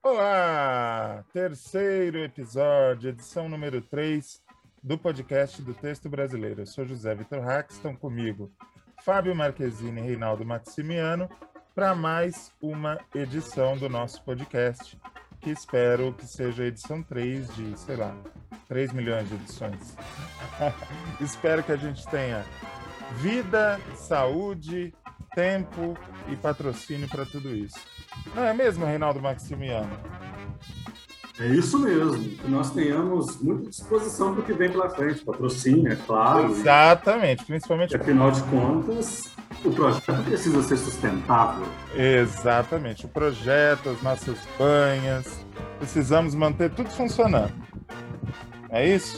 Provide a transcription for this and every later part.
Olá! Terceiro episódio, edição número 3 do podcast do Texto Brasileiro. Eu sou José Vitor Hack, estão comigo Fábio Marquezine e Reinaldo Maximiano para mais uma edição do nosso podcast, que espero que seja a edição 3 de, 3 milhões de edições. Espero que a gente tenha vida, saúde, tempo e patrocínio para tudo isso. Não é mesmo, Reinaldo Maximiano? É isso mesmo, que nós tenhamos muita disposição para o que vem pela frente, patrocínio, é claro. Exatamente, principalmente... E, afinal de contas, o projeto precisa ser sustentável. Exatamente, o projeto, as nossas banhas, precisamos manter tudo funcionando. É isso?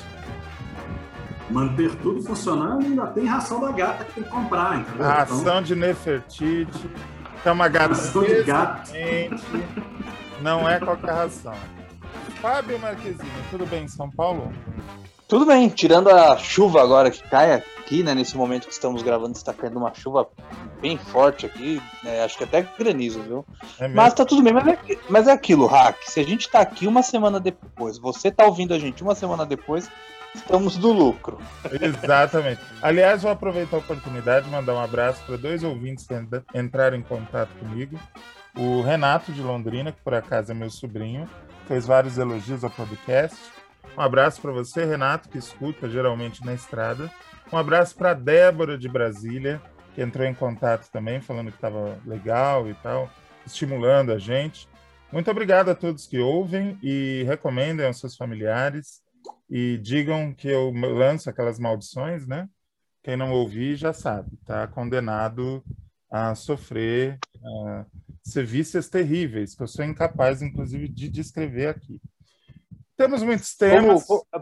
Manter tudo funcionando e ainda tem ração da gata que tem que comprar, entendeu? Ração de Nefertiti, que é uma gata de gato. Não é qualquer ração. Fábio Marquezine, tudo bem em São Paulo? Tudo bem, tirando a chuva agora que cai aqui, né? Nesse momento que estamos gravando, está caindo uma chuva bem forte aqui, né, acho que até granizo, viu? Mas tá tudo bem, mas é aquilo, Hack, se a gente tá aqui uma semana depois, você tá ouvindo a gente uma semana depois, estamos do lucro. Exatamente. Aliás, vou aproveitar a oportunidade de mandar um abraço para 2 ouvintes que entraram em contato comigo. O Renato, de Londrina, que por acaso é meu sobrinho, fez vários elogios ao podcast. Um abraço para você, Renato, que escuta geralmente na estrada. Um abraço para a Débora, de Brasília, que entrou em contato também, falando que estava legal e tal, estimulando a gente. Muito obrigado a todos que ouvem e recomendem aos seus familiares e digam que eu lanço aquelas maldições, né? Quem não ouvir já sabe, está condenado a sofrer sevícias terríveis, que eu sou incapaz, inclusive, de descrever aqui. Temos muitos temas.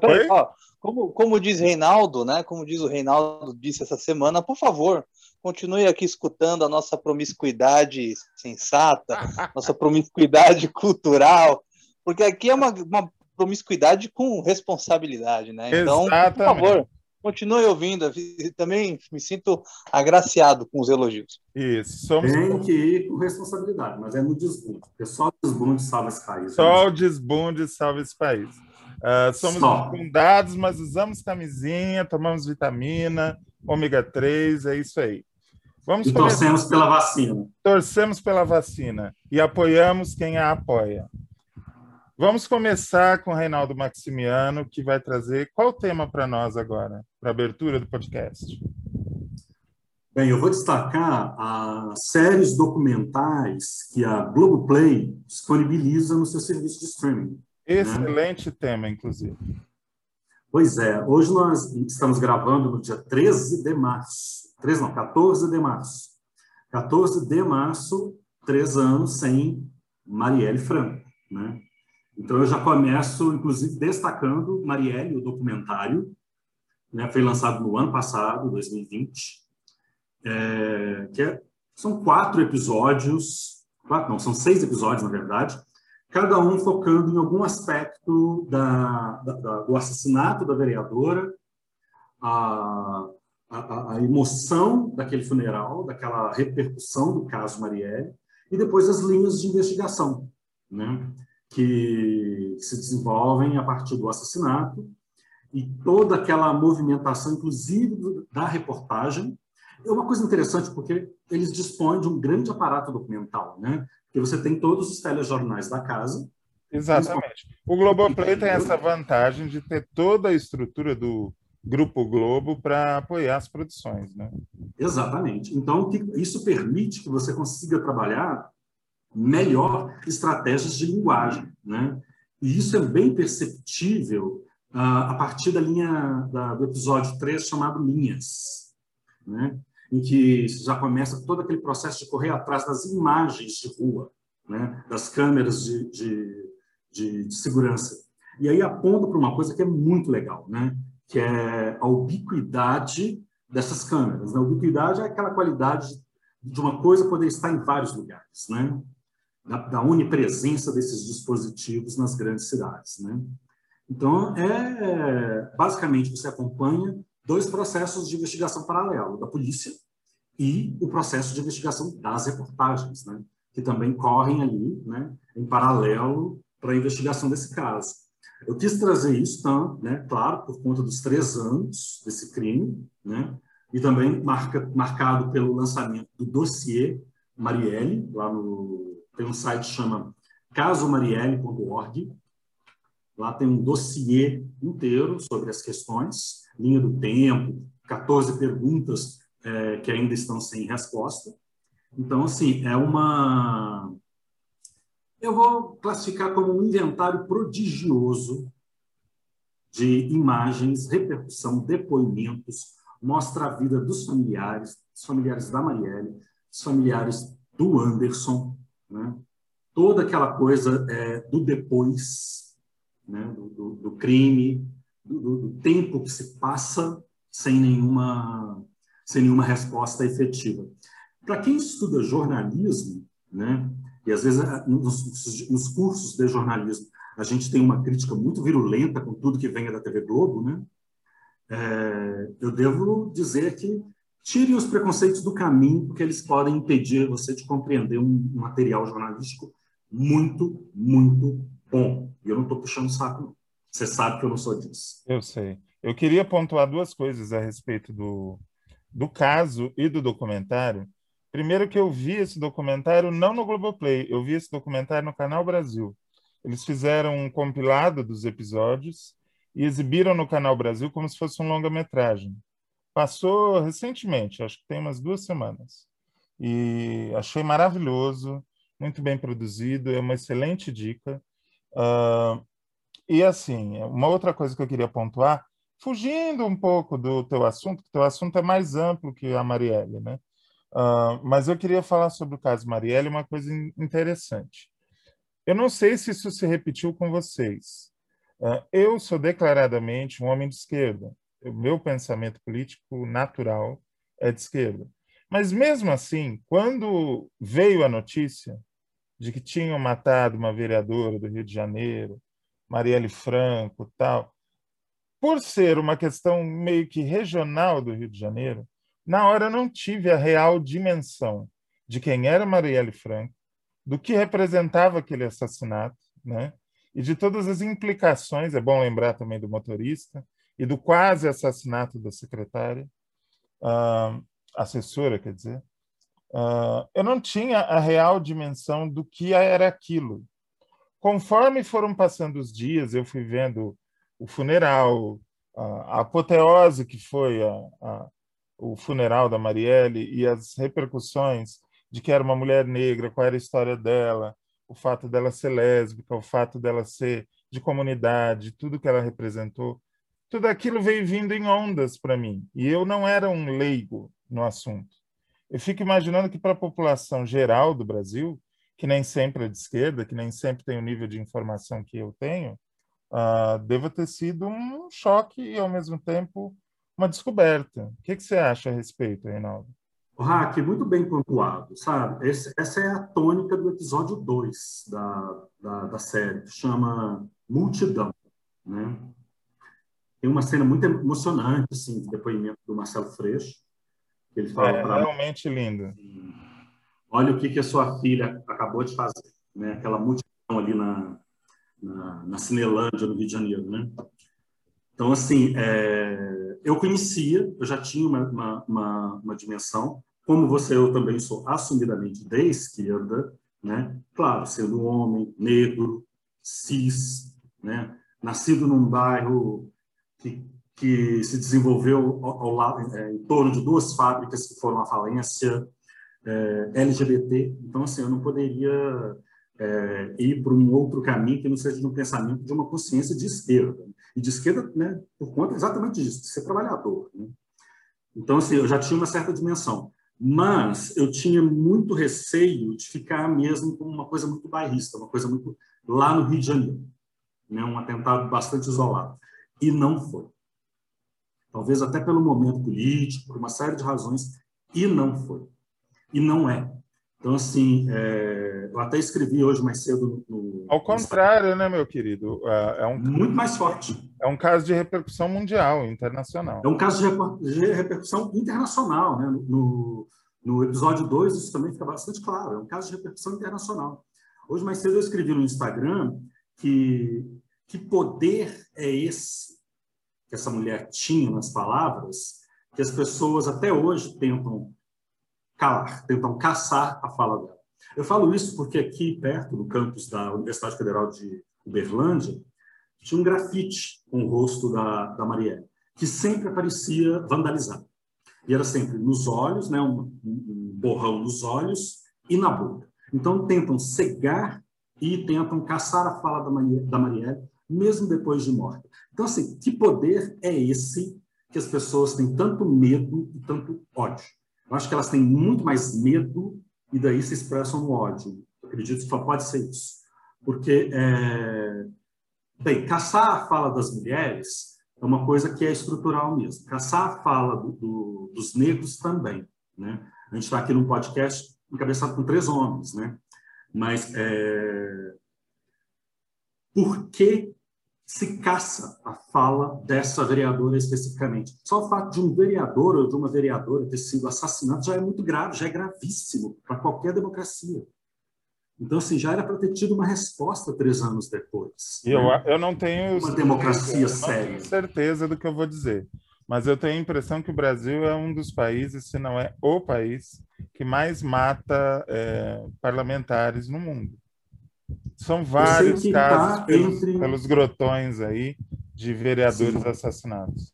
Como diz Reinaldo, né? Como diz o Reinaldo disse essa semana, por favor, continue aqui escutando a nossa promiscuidade sensata, nossa promiscuidade cultural, porque aqui é uma promiscuidade com responsabilidade, né? Então, exatamente. Por favor, continue ouvindo. Também me sinto agraciado com os elogios. Isso. Tem que ir com responsabilidade, mas é no desbunde, porque só o desbunde salva esse país. Só o desbunde salva esse país. Somos desbundados, mas usamos camisinha, tomamos vitamina, ômega 3, é isso aí. E torcemos pela vacina. Torcemos pela vacina e apoiamos quem a apoia. Vamos começar com o Reinaldo Maximiano, que vai trazer qual tema para nós agora, para a abertura do podcast? Bem, eu vou destacar as séries documentais que a Globoplay disponibiliza no seu serviço de streaming. Excelente tema, inclusive. Pois é, hoje nós estamos gravando no dia 14 de março. 14 de março, 3 anos sem Marielle Franco, né? Então, eu já começo, inclusive, destacando Marielle, o documentário, né? Foi lançado no ano passado, 2020, são 4 episódios, são 6 episódios, na verdade, cada um focando em algum aspecto do assassinato da vereadora, a emoção daquele funeral, daquela repercussão do caso Marielle, e depois as linhas de investigação, né? Que se desenvolvem a partir do assassinato e toda aquela movimentação, inclusive da reportagem. É uma coisa interessante, porque eles dispõem de um grande aparato documental, né? Porque você tem todos os telejornais da casa. Exatamente. O Globoplay tem essa vantagem de ter toda a estrutura do Grupo Globo para apoiar as produções, né? Exatamente. Então, isso permite que você consiga trabalhar melhor estratégias de linguagem, né? E isso é bem perceptível a partir da linha do episódio 3, chamado Linhas, né? Em que já começa todo aquele processo de correr atrás das imagens de rua, né? Das câmeras de segurança. E aí aponta para uma coisa que é muito legal, né? Que é a ubiquidade dessas câmeras, né? A ubiquidade é aquela qualidade de uma coisa poder estar em vários lugares, né? Da onipresença desses dispositivos nas grandes cidades, né? Então, basicamente, você acompanha 2 processos de investigação paralelo, da polícia e o processo de investigação das reportagens, né? que também correm ali, né, em paralelo para a investigação desse caso. Eu quis trazer isso, né, claro, por conta dos 3 anos desse crime, né, e também marcado pelo lançamento do dossiê Marielle, tem um site que chama casomarielle.org. Lá tem um dossiê inteiro sobre as questões, linha do tempo, 14 perguntas que ainda estão sem resposta. Então, assim, eu vou classificar como um inventário prodigioso de imagens, repercussão, depoimentos, mostra a vida dos familiares da Marielle, dos familiares do Anderson, né? Toda aquela coisa do depois, né? do crime, do tempo que se passa sem nenhuma resposta efetiva. Para quem estuda jornalismo, né? E às vezes nos cursos de jornalismo a gente tem uma crítica muito virulenta com tudo que vem da TV Globo, né? Eu devo dizer que tirem os preconceitos do caminho, porque eles podem impedir você de compreender um material jornalístico muito, muito bom. E eu não estou puxando o saco, não. Você sabe que eu não sou disso. Eu sei. Eu queria pontuar 2 coisas a respeito do caso e do documentário. Primeiro que eu vi esse documentário não no Globoplay, eu vi esse documentário no Canal Brasil. Eles fizeram um compilado dos episódios e exibiram no Canal Brasil como se fosse um longa-metragem. Passou recentemente, acho que tem umas 2 semanas. E achei maravilhoso, muito bem produzido, é uma excelente dica. E assim, uma outra coisa que eu queria pontuar, fugindo um pouco do teu assunto, que o teu assunto é mais amplo que a Marielle, né? Mas eu queria falar sobre o caso Marielle, uma coisa interessante. Eu não sei se isso se repetiu com vocês. Eu sou declaradamente um homem de esquerda. O meu pensamento político natural é de esquerda. Mas mesmo assim, quando veio a notícia de que tinham matado uma vereadora do Rio de Janeiro, Marielle Franco, tal, por ser uma questão meio que regional do Rio de Janeiro, na hora eu não tive a real dimensão de quem era Marielle Franco, do que representava aquele assassinato, né? E de todas as implicações, é bom lembrar também do motorista, e do quase assassinato da secretária, assessora, quer dizer. Eu não tinha a real dimensão do que era aquilo. Conforme foram passando os dias, eu fui vendo o funeral, a apoteose que foi o funeral da Marielle e as repercussões de que era uma mulher negra, qual era a história dela, o fato dela ser lésbica, o fato dela ser de comunidade, tudo que ela representou, tudo aquilo veio vindo em ondas para mim. E eu não era um leigo no assunto. Eu fico imaginando que para a população geral do Brasil, que nem sempre é de esquerda, que nem sempre tem o nível de informação que eu tenho, deva ter sido um choque e, ao mesmo tempo, uma descoberta. O que você acha a respeito, Reinaldo? Raque, muito bem pontuado, sabe? Essa é a tônica do episódio 2 da série, que chama Multidão, né? Tem uma cena muito emocionante, assim, de depoimento do Marcelo Freixo, que ele fala para realmente lindo. Assim, olha o que a sua filha acabou de fazer, né? Aquela multidão ali na Cinelândia, no Rio de Janeiro, né? Então, assim, eu já tinha uma dimensão, como você, eu também sou assumidamente de esquerda, né? Claro, sendo homem, negro, cis, né? Nascido num bairro que se desenvolveu em torno de 2 fábricas que foram à falência, LGBT. Então, assim, eu não poderia ir por um outro caminho que não seja de um pensamento de uma consciência de esquerda. E de esquerda, né, por conta exatamente disso, de ser trabalhador, né? Então, assim, eu já tinha uma certa dimensão. Mas eu tinha muito receio de ficar mesmo com uma coisa muito bairrista, uma coisa muito lá no Rio de Janeiro, né? Um atentado bastante isolado. E não foi. Talvez até pelo momento político, por uma série de razões, e não foi. E não é. Então, assim, eu até escrevi hoje mais cedo no Ao contrário, né, meu querido? Muito mais forte. É um caso de repercussão mundial, internacional. É um caso de repercussão internacional, né? No No episódio 2, isso também fica bastante claro. É um caso de repercussão internacional. Hoje, mais cedo, eu escrevi no Instagram que poder é esse que essa mulher tinha nas palavras, que as pessoas até hoje tentam calar, tentam caçar a fala dela. Eu falo isso porque aqui perto, no campus da Universidade Federal de Uberlândia, tinha um grafite com o rosto da Marielle, que sempre aparecia vandalizado. E era sempre nos olhos, né, um borrão nos olhos e na boca. Então, tentam cegar e tentam caçar a fala da Marielle, mesmo depois de morta. Então, assim, que poder é esse que as pessoas têm tanto medo e tanto ódio? Eu acho que elas têm muito mais medo e daí se expressam no ódio. Eu acredito que só pode ser isso. Porque, bem, caçar a fala das mulheres é uma coisa que é estrutural mesmo. Caçar a fala dos negros também, né? A gente está aqui num podcast encabeçado com 3 homens, né? Mas por que se caça a fala dessa vereadora especificamente? Só o fato de um vereador ou de uma vereadora ter sido assassinado já é muito grave, já é gravíssimo para qualquer democracia. Então, assim, já era para ter tido uma resposta 3 anos depois. Eu não tenho uma democracia séria. Não tenho certeza do que eu vou dizer, mas eu tenho a impressão que o Brasil é um dos países, se não é o país, que mais mata parlamentares no mundo. São vários casos pelos grotões aí de vereadores assassinados.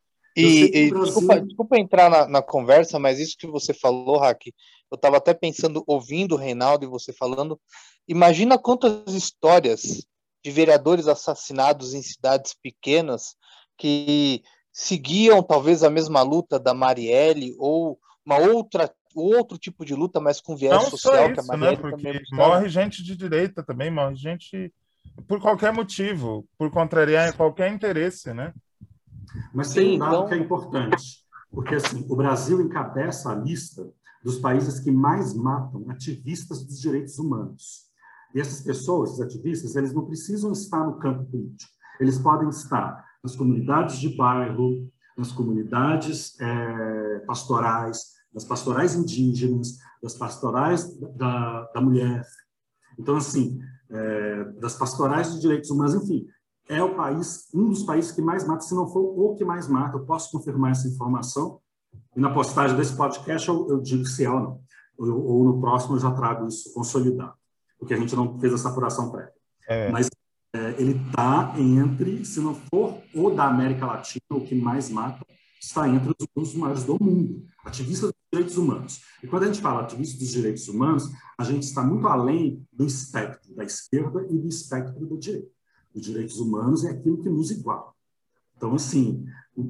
E desculpa entrar na conversa, mas isso que você falou, Raque, eu estava até pensando, ouvindo o Reinaldo e você falando, imagina quantas histórias de vereadores assassinados em cidades pequenas que seguiam talvez a mesma luta da Marielle ou outro tipo de luta, mas com viés não social. Só isso, que a Marielle, né? Porque morre gente de direita também, morre gente por qualquer motivo, por contrariar qualquer interesse, né? Mas tem um dado que é importante, porque assim, o Brasil encabeça a lista dos países que mais matam ativistas dos direitos humanos. E essas pessoas, esses ativistas, eles não precisam estar no campo político. Eles podem estar nas comunidades de bairro, nas comunidades pastorais, nas pastorais indígenas, das pastorais da mulher. Então, assim, das pastorais de direitos humanos, enfim, é o país, um dos países que mais mata, se não for o que mais mata. Eu posso confirmar essa informação, e na postagem desse podcast eu digo se é ou não. Ou no próximo eu já trago isso consolidado, porque a gente não fez essa apuração prévia. Mas ele está entre, se não for o da América Latina, o que mais mata, está entre os maiores do mundo, ativistas dos direitos humanos. E quando a gente fala ativistas dos direitos humanos, a gente está muito além do espectro da esquerda e do espectro da direita. Os direitos humanos é aquilo que nos iguala. Então, assim,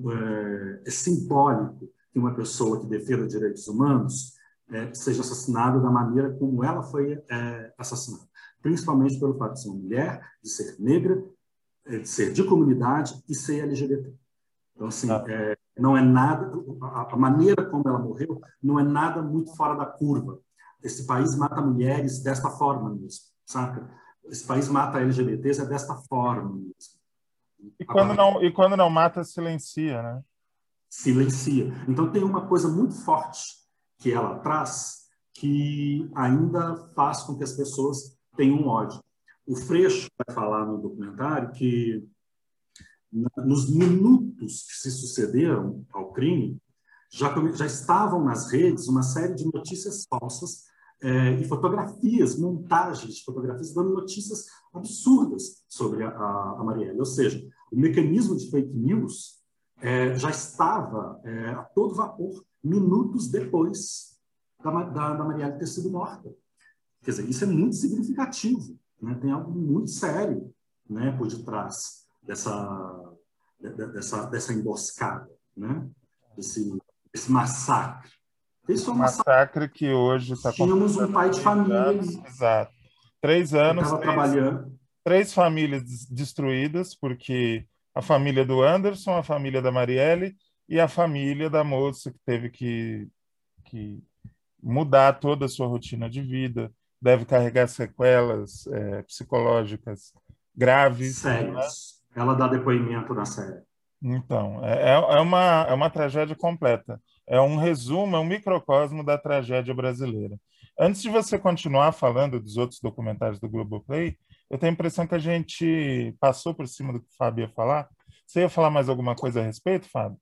é simbólico que uma pessoa que defenda direitos humanos seja assassinada da maneira como ela foi assassinada, principalmente pelo fato de ser uma mulher, de ser negra, de ser de comunidade e ser LGBT. Então, assim, não é nada, a maneira como ela morreu não é nada muito fora da curva. Esse país mata mulheres desta forma mesmo, saca? Esse país mata LGBTs desta forma mesmo. E quando não mata, silencia, né? Silencia. Então, tem uma coisa muito forte que ela traz que ainda faz com que as pessoas tenham ódio. O Freixo vai falar no documentário que nos minutos que se sucederam ao crime, já estavam nas redes uma série de notícias falsas e fotografias, montagens de fotografias dando notícias absurdas sobre a Marielle. Ou seja, o mecanismo de fake news já estava a todo vapor minutos depois da Marielle ter sido morta. Quer dizer, isso é muito significativo, né? Tem algo muito sério, né, por detrás dessa emboscada, né? Esse massacre. Esse massacre que hoje está acontecendo. Tínhamos um pai de família. Exato. 3 anos. Estava trabalhando. 3 famílias destruídas, porque a família do Anderson, a família da Marielle e a família da moça que teve que mudar toda a sua rotina de vida, deve carregar sequelas psicológicas graves. Sérias. Né? Ela dá depoimento na série. Então, é uma tragédia completa. É um resumo, é um microcosmo da tragédia brasileira. Antes de você continuar falando dos outros documentários do Globoplay, eu tenho a impressão que a gente passou por cima do que o Fábio ia falar. Você ia falar mais alguma coisa a respeito, Fábio?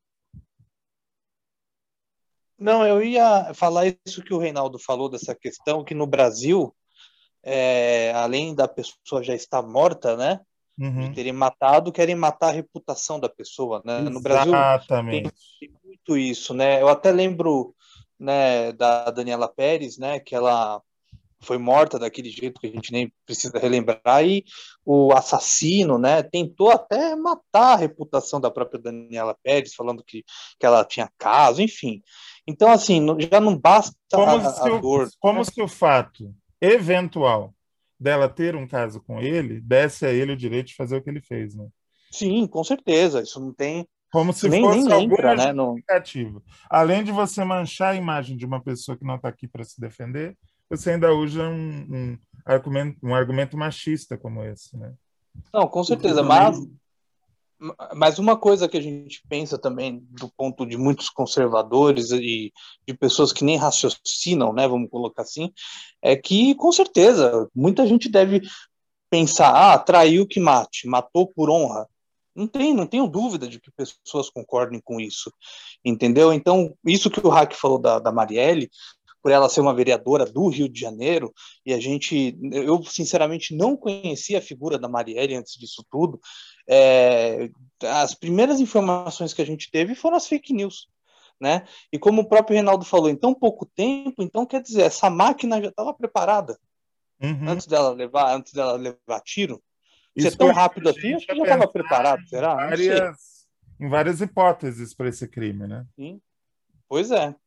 Não, eu ia falar isso que o Reinaldo falou, dessa questão que no Brasil, além da pessoa já estar morta, né, de terem matado, querem matar a reputação da pessoa, né? No Brasil tem Exatamente. muito isso, né? Eu até lembro, né, da Daniela Pérez, né, que ela foi morta daquele jeito que a gente nem precisa relembrar, e o assassino, né, tentou até matar a reputação da própria Daniela Pérez, falando que ela tinha caso, enfim. Então, assim, já não basta a dor. Como Né? se o fato eventual dela ter um caso com ele desse a ele o direito de fazer o que ele fez, né? Sim, com certeza. Isso não tem. Como Isso se nem fosse entra, alguma né? No... justificativa. Além de você manchar a imagem de uma pessoa que não está aqui para se defender, você ainda usa um argumento machista como esse, né? Não, com Porque certeza. também Mas uma coisa que a gente pensa também do ponto de muitos conservadores e de pessoas que nem raciocinam, né, vamos colocar assim, é que com certeza muita gente deve pensar, traiu que mate, matou por honra. Não tenho dúvida de que pessoas concordem com isso, entendeu? Então, isso que o Hack falou da Marielle, por ela ser uma vereadora do Rio de Janeiro, e eu sinceramente não conhecia a figura da Marielle antes disso tudo, as primeiras informações que a gente teve foram as fake news, né? E como o próprio Reinaldo falou, em tão pouco tempo, então quer dizer, essa máquina já estava preparada Uhum. antes dela levar tiro. Se é Isso tão leva rápido a assim, acho gente que a já estava pensar preparado, será? Não sei. em várias hipóteses para esse crime, né? Sim. Pois é.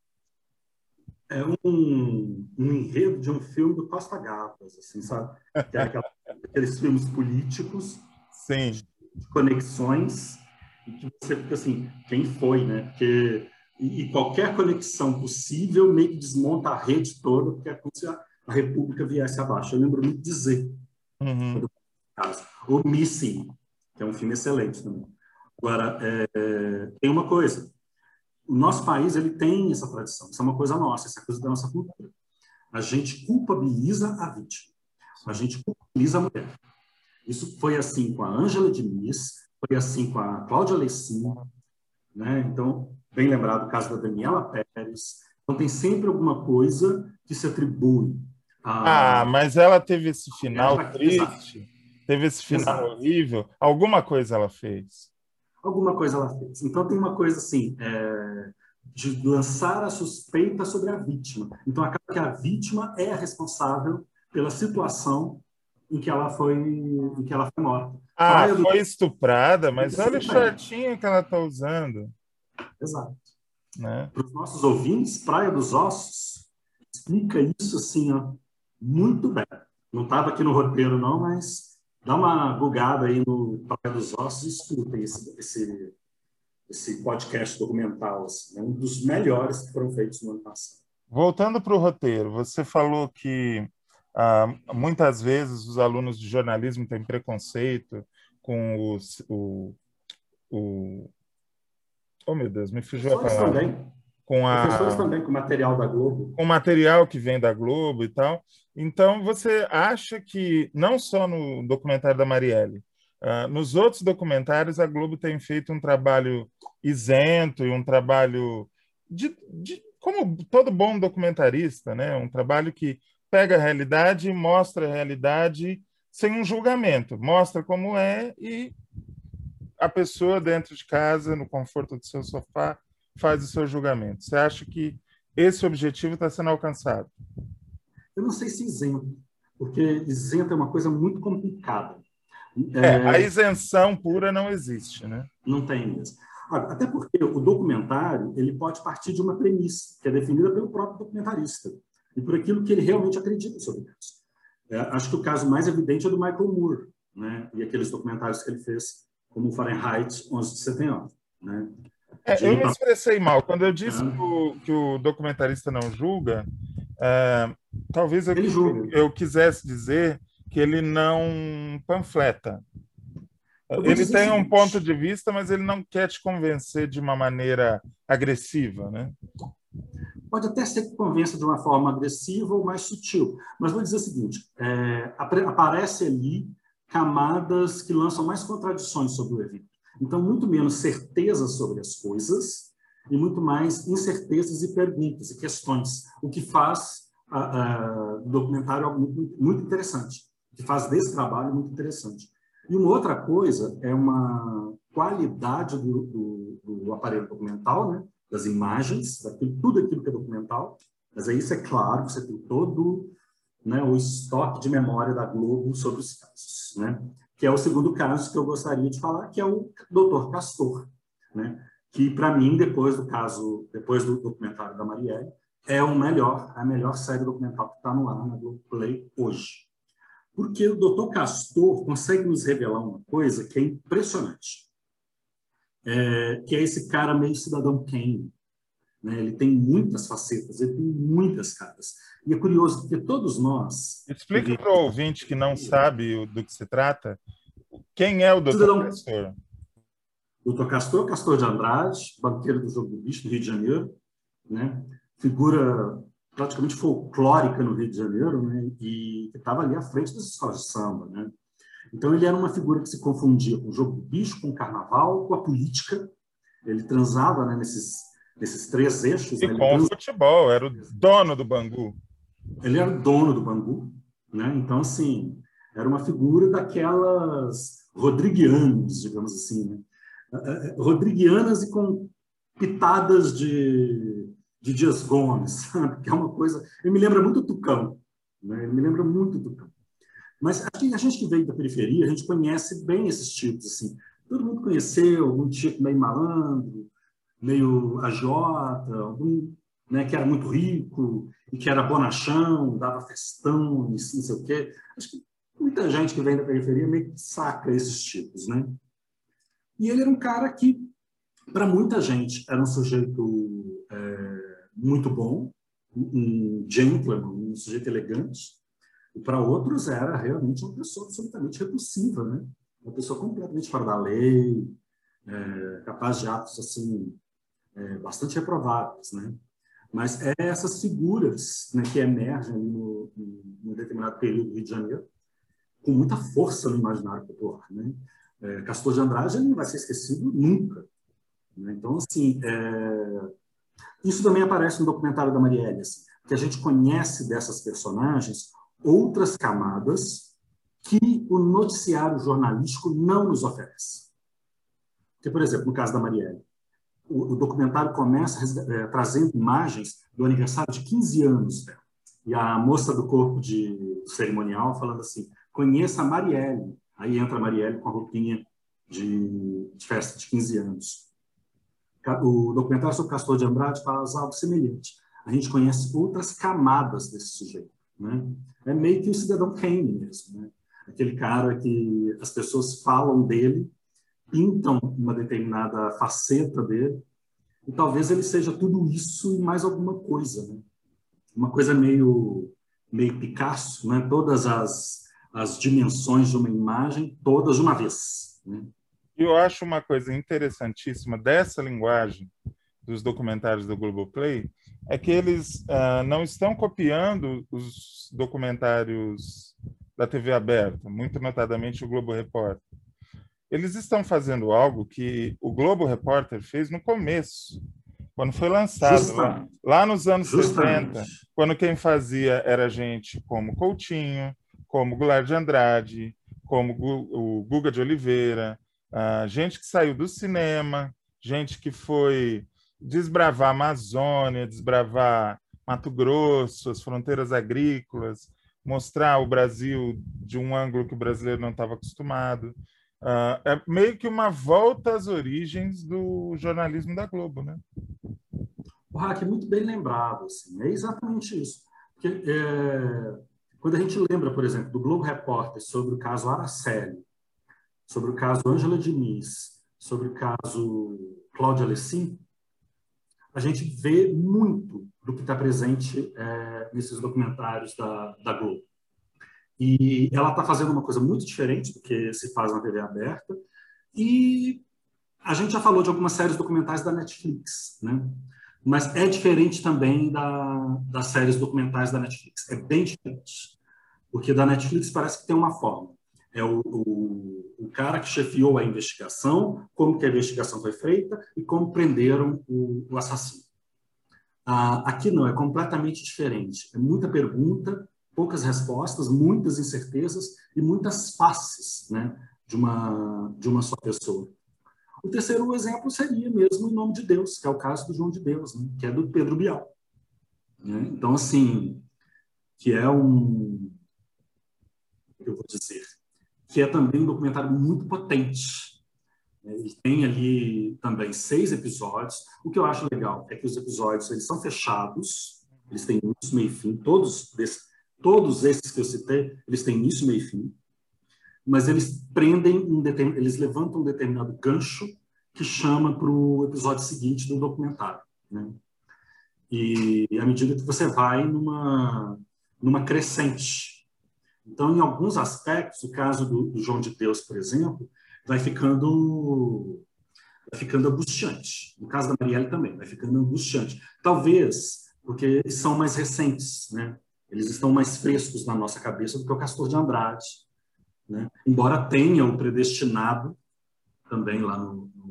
é um enredo de um filme do Costa Gavras, assim, sabe? Que é aqueles filmes políticos, Sim. de conexões, e que você fica assim, quem foi, né? Porque, e qualquer conexão possível meio que desmonta a rede toda, porque é como se a República viesse abaixo. Eu lembro muito de Z, Uhum. caso. O Missing, que é um filme excelente também. Agora, tem uma coisa. O nosso país ele tem essa tradição. Isso é uma coisa nossa, essa é coisa da nossa cultura. A gente culpabiliza a vítima. A gente culpabiliza a mulher. Isso foi assim com a Ângela Diniz, foi assim com a Cláudia Lecim, né? Então, bem lembrado o caso da Daniela Pérez. Então, tem sempre alguma coisa que se atribui a Mas ela teve esse ela final para exato, triste, teve esse final exato. horrível. Alguma coisa ela fez. Alguma coisa ela fez. Então, tem uma coisa assim, de lançar a suspeita sobre a vítima. Então, acaba que a vítima é a responsável pela situação em que ela foi morta. Praia do Foi estuprada, mas olha o sempre é. shortinho que ela está usando, Exato. né? Para os nossos ouvintes, Praia dos Ossos explica isso assim, ó, muito bem. Não estava aqui no roteiro, não, mas dá uma bugada aí no Praia dos Ossos e escutem esse podcast documental. Assim, é um dos melhores que foram feitos no ano passado. Voltando para o roteiro, você falou que muitas vezes os alunos de jornalismo têm preconceito com o oh meu Deus, me fugiu a Professores palavra. também. Com Professores também, com material da Globo. com material que vem da Globo e tal. Então, você acha que, não só no documentário da Marielle, nos outros documentários, a Globo tem feito um trabalho isento e um trabalho como todo bom documentarista, né? Um trabalho que pega a realidade e mostra a realidade sem um julgamento, mostra como é e a pessoa dentro de casa, no conforto do seu sofá, faz o seu julgamento. Você acha que esse objetivo está sendo alcançado? Eu não sei se isento, porque isento é uma coisa muito complicada. A isenção pura não existe, né? Não tem mesmo. Até porque o documentário ele pode partir de uma premissa, que é definida pelo próprio documentarista, e por aquilo que ele realmente acredita sobre isso. Acho que o caso mais evidente é do Michael Moore, né? E aqueles documentários que ele fez, como o Fahrenheit 11 de setembro. Né? Eu me expressei mal. Quando eu disse que o documentarista não julga, talvez eu quisesse dizer que ele não panfleta. Ele tem um ponto de vista, mas ele não quer te convencer de uma maneira agressiva, né? Pode até ser que convença de uma forma agressiva ou mais sutil, mas vou dizer o seguinte, aparece ali camadas que lançam mais contradições sobre o evento. Então, muito menos certezas sobre as coisas e muito mais incertezas e perguntas e questões, o que faz o documentário algo muito, muito interessante, o que faz desse trabalho muito interessante. E uma outra coisa é uma qualidade do aparelho documental, né? Das imagens, tudo aquilo que é documental, mas aí isso é claro, você tem todo, né, o estoque de memória da Globo sobre os casos, né? Que é o segundo caso que eu gostaria de falar, que é o Dr. Castor, né? Que, para mim, depois do documentário da Marielle, é a melhor série documental que está no ar na Globoplay hoje. Porque o Dr. Castor consegue nos revelar uma coisa que é impressionante. Que é esse cara meio cidadão Kane. Né? Ele tem muitas facetas, ele tem muitas caras. E é curioso, porque todos nós... Explica para o ouvinte que não sabe do que se trata, quem é o Dr. Castor? Dr. Castor, Castor de Andrade, banqueiro do Jogo do Bicho, no Rio de Janeiro, né? Figura praticamente folclórica no Rio de Janeiro, né? E que estava ali à frente das escolas de samba, né? Então, ele era uma figura que se confundia com o Jogo do Bicho, com o carnaval, com a política. Ele transava, né, nesses três eixos. E né? com o futebol, era o dono do Bangu. Ele era o dono do Bangu. Né? Então, assim, era uma figura daquelas rodriguianas, digamos assim. Né? Rodriguianas e com pitadas de Dias Gomes, sabe? Que é uma coisa... Ele me lembra muito Tucão. Né? Ele me lembra muito Tucão. Mas a gente que veio da periferia, a gente conhece bem esses tipos, assim. Todo mundo conheceu algum tipo meio malandro, meio agiota, algum, né, que era muito rico e que era bonachão, dava festão, não sei o quê. Acho que muita gente que vem da periferia meio que saca esses tipos, né? E ele era um cara que, para muita gente, era um sujeito muito bom, um gentleman, um sujeito elegante. E para outros era realmente uma pessoa absolutamente repulsiva, né? Uma pessoa completamente fora da lei, capaz de atos assim bastante reprováveis, né? Mas essas figuras, né, que emergem num determinado período do Rio de Janeiro com muita força no imaginário popular, né? Castor de Andrade não vai ser esquecido nunca, né? Então, assim, isso também aparece no documentário da Marielle, assim, que a gente conhece dessas personagens outras camadas que o noticiário jornalístico não nos oferece. Porque, por exemplo, no caso da Marielle, o documentário começa trazendo imagens do aniversário de 15 anos dela. E a moça do corpo de cerimonial falando assim, conheça a Marielle. Aí entra a Marielle com a roupinha de festa de 15 anos. O documentário sobre Castor de Andrade faz algo semelhante. A gente conhece outras camadas desse sujeito. Né? É meio que o cidadão Kane mesmo, né? Aquele cara que as pessoas falam dele, pintam uma determinada faceta dele, e talvez ele seja tudo isso e mais alguma coisa, né? Uma coisa meio Picasso, né? Todas as dimensões de uma imagem, todas de uma vez, né? Eu acho uma coisa interessantíssima dessa linguagem dos documentários do Globoplay é que eles não estão copiando os documentários da TV aberta, muito notadamente o Globo Repórter. Eles estão fazendo algo que o Globo Repórter fez no começo, quando foi lançado, lá nos anos 70, quando quem fazia era gente como Coutinho, como Goulart de Andrade, como o Guga de Oliveira, gente que saiu do cinema, gente que foi desbravar a Amazônia, desbravar Mato Grosso, as fronteiras agrícolas, mostrar o Brasil de um ângulo que o brasileiro não estava acostumado. É meio que uma volta às origens do jornalismo da Globo, né? O Hack é muito bem lembrado, assim, é exatamente isso. Porque, quando a gente lembra, por exemplo, do Globo Repórter sobre o caso Araceli, sobre o caso Ângela Diniz, sobre o caso Cláudia Lecim, a gente vê muito do que está presente nesses documentários da Globo. E ela está fazendo uma coisa muito diferente do que se faz na TV aberta, E a gente já falou de algumas séries documentais da Netflix, né? Mas é diferente também das séries documentais da Netflix. É bem diferente. Porque da Netflix parece que tem uma forma. É o cara que chefiou a investigação, como que a investigação foi feita e como prenderam o assassino. Aqui não, é completamente diferente. É muita pergunta, poucas respostas, muitas incertezas e muitas faces, né, de uma só pessoa. O terceiro exemplo seria mesmo Em Nome de Deus, que é o caso do João de Deus, né, que é do Pedro Bial. Né? Então, assim, que é eu vou dizer, que é também um documentário muito potente. Ele tem ali também 6 episódios. O que eu acho legal é que os episódios eles são fechados, eles têm início, meio e fim. Todos esses que eu citei, eles têm início, meio e fim. Mas eles eles levantam um determinado gancho que chama para o episódio seguinte do documentário. Né? E à medida que você vai numa crescente. Então, em alguns aspectos, o caso do João de Deus, por exemplo, vai ficando angustiante. No caso da Marielle também, vai ficando angustiante. Talvez porque são mais recentes, né? Eles estão mais frescos na nossa cabeça do que o Castor de Andrade, né? Embora tenha o Predestinado também lá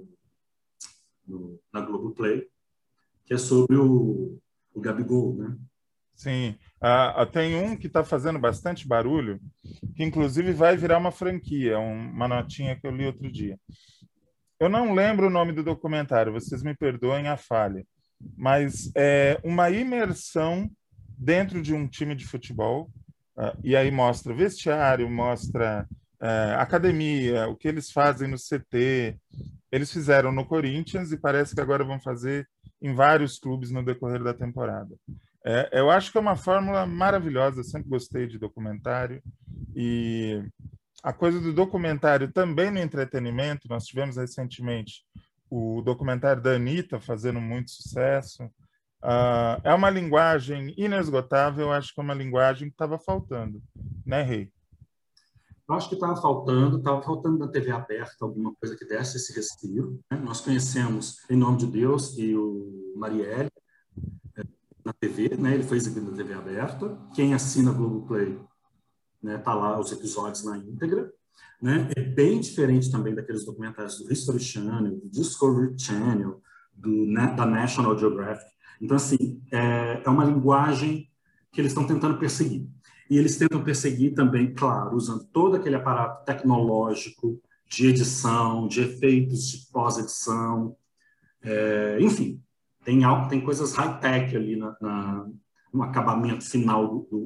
na Globoplay, que é sobre o Gabigol, né? Sim. Tem um que está fazendo bastante barulho, que inclusive vai virar uma franquia, uma notinha que eu li outro dia. Eu não lembro o nome do documentário, vocês me perdoem a falha, mas é uma imersão dentro de um time de futebol, e aí mostra vestiário, mostra academia, o que eles fazem no CT. Eles fizeram no Corinthians e parece que agora vão fazer em vários clubes no decorrer da temporada. Eu acho que é uma fórmula maravilhosa, sempre gostei de documentário, e a coisa do documentário também no entretenimento, nós tivemos recentemente o documentário da Anitta fazendo muito sucesso. É uma linguagem inesgotável, eu acho que é uma linguagem que estava faltando, né, Rei? Eu acho que estava faltando na TV aberta alguma coisa que desse esse respiro. Né? Nós conhecemos Em Nome de Deus e o Marielle na TV, né? Ele foi exibido na TV aberta. Quem assina Globoplay, né, tá lá os episódios na íntegra. Né? É bem diferente também daqueles documentários do History Channel, do Discovery Channel, da National Geographic. Então, assim, é uma linguagem que eles estão tentando perseguir. E eles tentam perseguir também, claro, usando todo aquele aparato tecnológico de edição, de efeitos de pós-edição, enfim, tem coisas high-tech ali no acabamento final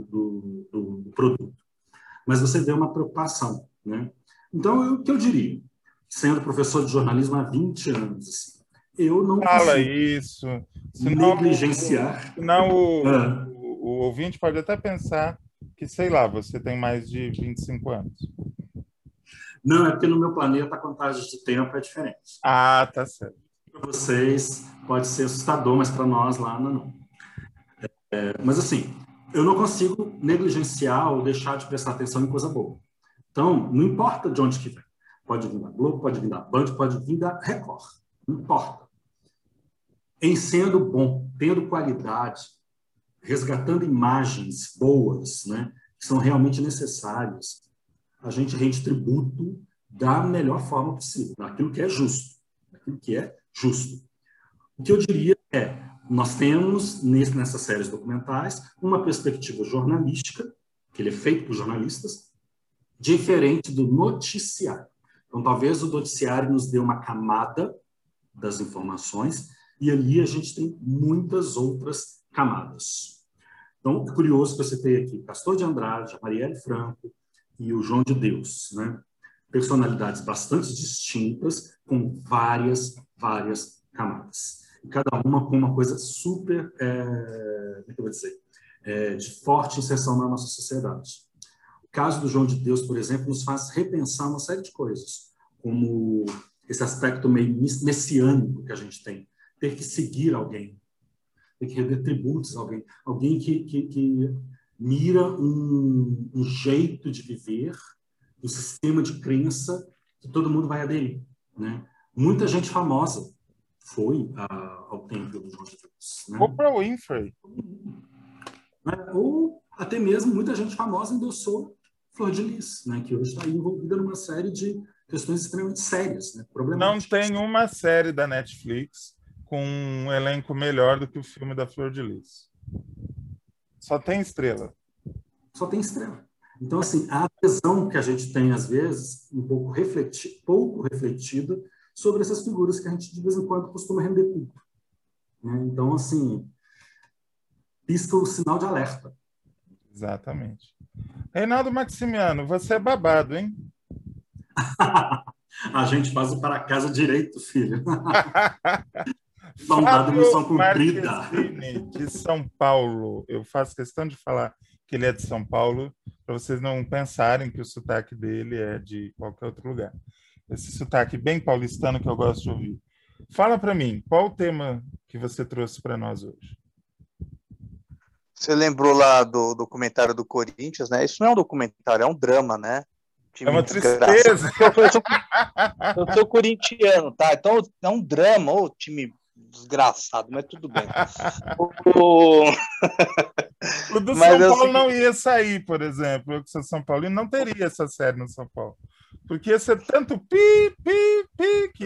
do produto. Mas você vê uma preocupação, né? Então, o que eu diria, sendo professor de jornalismo há 20 anos, assim, eu não Fala consigo isso, negligenciar. senão o ouvinte pode até pensar que, sei lá, você tem mais de 25 anos. Não, é porque no meu planeta a contagem de tempo é diferente. Ah, tá certo. Para vocês pode ser assustador, mas para nós lá não. Mas assim, eu não consigo negligenciar ou deixar de prestar atenção em coisa boa. Então, não importa de onde que vem. Pode vir da Globo, pode vir da Band, pode vir da Record. Não importa. Em sendo bom, tendo qualidade, resgatando imagens boas, né, que são realmente necessárias, a gente rende tributo da melhor forma possível, daquilo que é justo. Daquilo que é justo. O que eu diria é, nós temos, nessas séries documentais, uma perspectiva jornalística, que ele é feito por jornalistas, diferente do noticiário. Então, talvez o noticiário nos dê uma camada das informações e ali a gente tem muitas outras camadas. Então, é curioso que você tenha aqui Castor de Andrade, a Marielle Franco e o João de Deus, né? Personalidades bastante distintas, com várias camadas. E cada uma com uma coisa super, como é que eu vou dizer, de forte inserção na nossa sociedade. O caso do João de Deus, por exemplo, nos faz repensar uma série de coisas, como esse aspecto meio messiânico que a gente tem, ter que seguir alguém, ter que render tributos a alguém que mira um jeito de viver, um sistema de crença que todo mundo vai aderir. né? Muita gente famosa foi ao templo do João de Deus. Né? Oprah Winfrey. Né? Ou até mesmo muita gente famosa endossou Flor de Lis, né? Que hoje está envolvida numa série de questões extremamente sérias, né? Problemáticas. Não tem uma série da Netflix com um elenco melhor do que o filme da Flor de Lis. Só tem estrela. Só tem estrela. Então, assim, a adesão que a gente tem, às vezes, um pouco refletida sobre essas figuras que a gente, de vez em quando, costuma render culto. Né? Então, assim, pisca o sinal de alerta. Exatamente. Reinaldo Maximiano, você é babado, hein? A gente faz o para casa direito, filho. Saudade missão cumprida. De São Paulo. Eu faço questão de falar que ele é de São Paulo, para vocês não pensarem que o sotaque dele é de qualquer outro lugar. Esse sotaque bem paulistano que eu gosto de ouvir. Fala para mim, qual o tema que você trouxe para nós hoje? Você lembrou lá do documentário do Corinthians, né? Isso não é um documentário, é um drama, né? É uma tristeza. Eu sou corintiano, tá? Então é um drama, ô time desgraçado, mas tudo bem. O do São Paulo não ia sair, por exemplo. Eu que sou São Paulino, não teria essa série no São Paulo. Porque ia ser tanto pi, que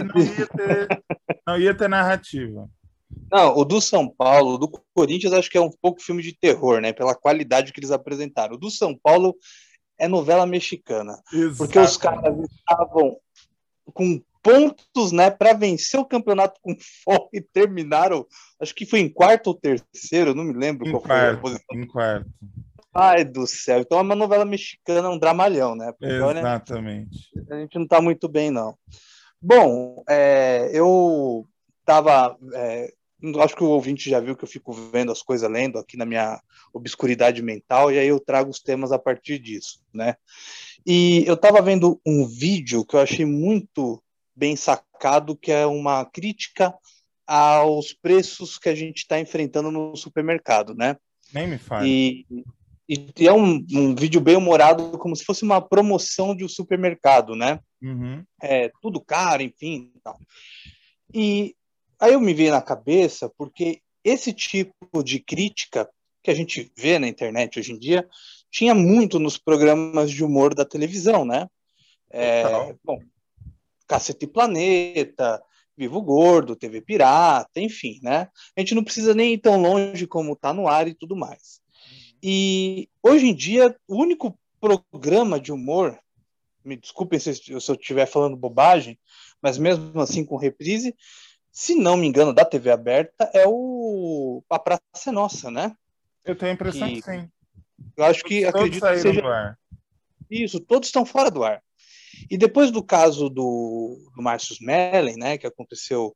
não ia ter narrativa. Não, o do São Paulo, o do Corinthians, acho que é um pouco filme de terror, né? Pela qualidade que eles apresentaram. O do São Paulo é novela mexicana. Exato. Porque os caras estavam com pontos, né, para vencer o campeonato com folga e terminaram, acho que foi em quarto ou terceiro, não me lembro qual foi a posição. Em quarto. Ai, do céu. Então é uma novela mexicana, um dramalhão, né? Porque, exatamente. Olha, a gente não tá muito bem, não. Bom, eu tava... acho que o ouvinte já viu que eu fico vendo as coisas, lendo aqui na minha obscuridade mental, e aí eu trago os temas a partir disso, né? E eu estava vendo um vídeo que eu achei muito bem sacado, que é uma crítica aos preços que a gente está enfrentando no supermercado, né? Nem me fale. E é um vídeo bem humorado, como se fosse uma promoção de um supermercado, né? Uhum. Tudo caro, enfim. Tal. E aí eu me vi na cabeça, porque esse tipo de crítica que a gente vê na internet hoje em dia tinha muito nos programas de humor da televisão, né? Bom, Cacete e Planeta, Vivo Gordo, TV Pirata, enfim, né? A gente não precisa nem ir tão longe como tá no ar e tudo mais. E hoje em dia, o único programa de humor, me desculpem se eu estiver falando bobagem, mas mesmo assim com reprise, se não me engano, da TV aberta, é A Praça é Nossa, né? Eu tenho a impressão que sim. Eu acho que acredito que seja... do ar. Isso, todos estão fora do ar. E depois do caso do Márcio Smelling, né, que aconteceu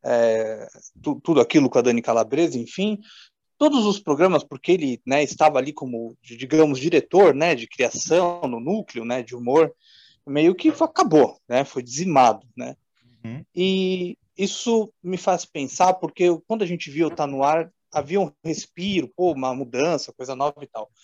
tudo aquilo com a Dani Calabresa, enfim, todos os programas, porque ele, né, estava ali como, digamos, diretor, né, de criação no núcleo, né, de humor, meio que acabou, né, foi dizimado, né. Uhum. E isso me faz pensar, porque quando a gente viu Tá No Ar, havia um respiro, uma mudança, coisa nova e tal.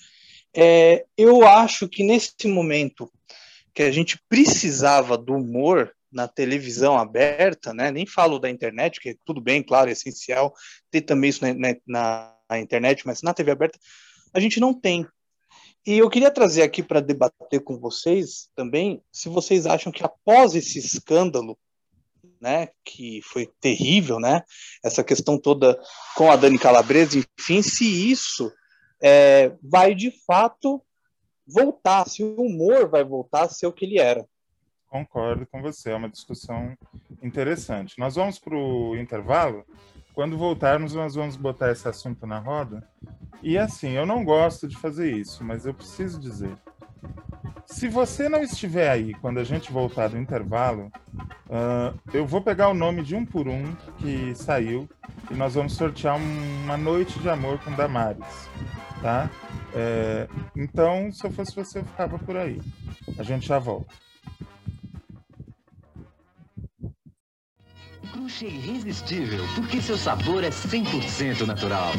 Eu acho que nesse momento que a gente precisava do humor na televisão aberta, né? Nem falo da internet, que tudo bem, claro, é essencial ter também isso na internet, mas na TV aberta a gente não tem. E eu queria trazer aqui para debater com vocês também, se vocês acham que após esse escândalo, né, que foi terrível, né, essa questão toda com a Dani Calabresa, enfim, se isso vai de fato voltar, se o humor vai voltar a ser o que ele era. Concordo com você, é uma discussão interessante. Nós vamos para o intervalo. Quando voltarmos, nós vamos botar esse assunto na roda. E assim, eu não gosto de fazer isso, mas eu preciso dizer. Se você não estiver aí quando a gente voltar do intervalo, eu vou pegar o nome de um por um que saiu e nós vamos sortear uma noite de amor com Damares, tá? Então, se eu fosse você, eu ficava por aí. A gente já volta. Crush é irresistível, porque seu sabor é 100% natural.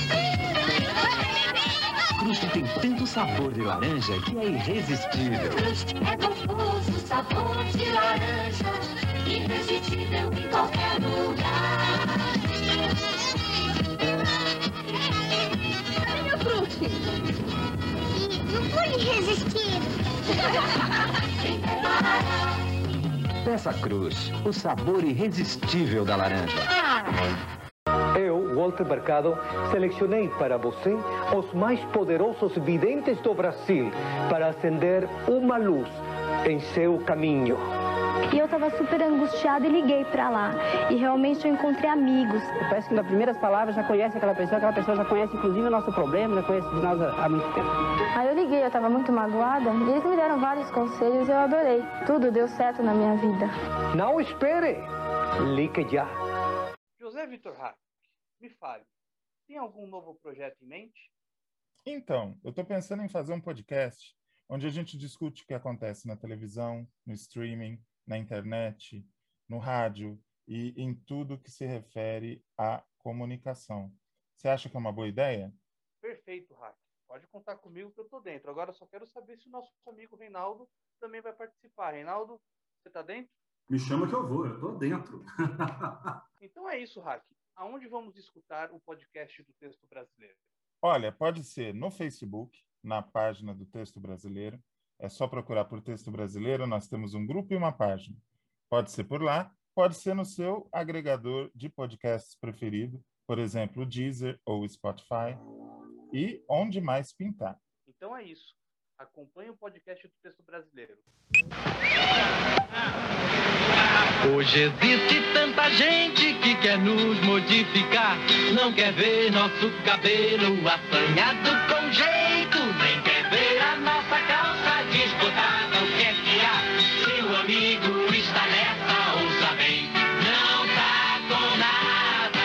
Crush tem tanto sabor de laranja que é irresistível. Crush é gostoso, sabor de laranja, irresistível. irresistível em qualquer lugar. Meu frutti. Não foi irresistível. Peça Cruz, o sabor irresistível da laranja. Eu, Walter Mercado, selecionei para você os mais poderosos videntes do Brasil para acender uma luz em seu caminho. E eu estava super angustiada e liguei para lá. E realmente eu encontrei amigos. Parece que nas primeiras palavras já conhece aquela pessoa já conhece inclusive o nosso problema, já conhece de nós há muito tempo. Aí eu liguei, eu estava muito magoada e eles me deram vários conselhos e eu adorei. Tudo deu certo na minha vida. Não espere! Ligue já! José Vitor Hack, me fale, tem algum novo projeto em mente? Então, eu estou pensando em fazer um podcast onde a gente discute o que acontece na televisão, no streaming, na internet, no rádio e em tudo que se refere à comunicação. Você acha que é uma boa ideia? Perfeito, Hack. Pode contar comigo que eu estou dentro. Agora eu só quero saber se o nosso amigo Reinaldo também vai participar. Reinaldo, você está dentro? Me chama que eu vou, eu estou dentro. Então é isso, Hack. Aonde vamos escutar o podcast do Texto Brasileiro? Olha, pode ser no Facebook, na página do Texto Brasileiro. É só procurar por Texto Brasileiro, nós temos um grupo e uma página. Pode ser por lá, pode ser no seu agregador de podcasts preferido, por exemplo, o Deezer ou o Spotify, e onde mais pintar. Então é isso. Acompanhe o podcast do Texto Brasileiro. Hoje existe tanta gente que quer nos modificar, não quer ver nosso cabelo assanhado com jeito, nem quer ver a nossa calça desbotada. O que é que há? Se o amigo está nessa, ouça bem, não tá com nada.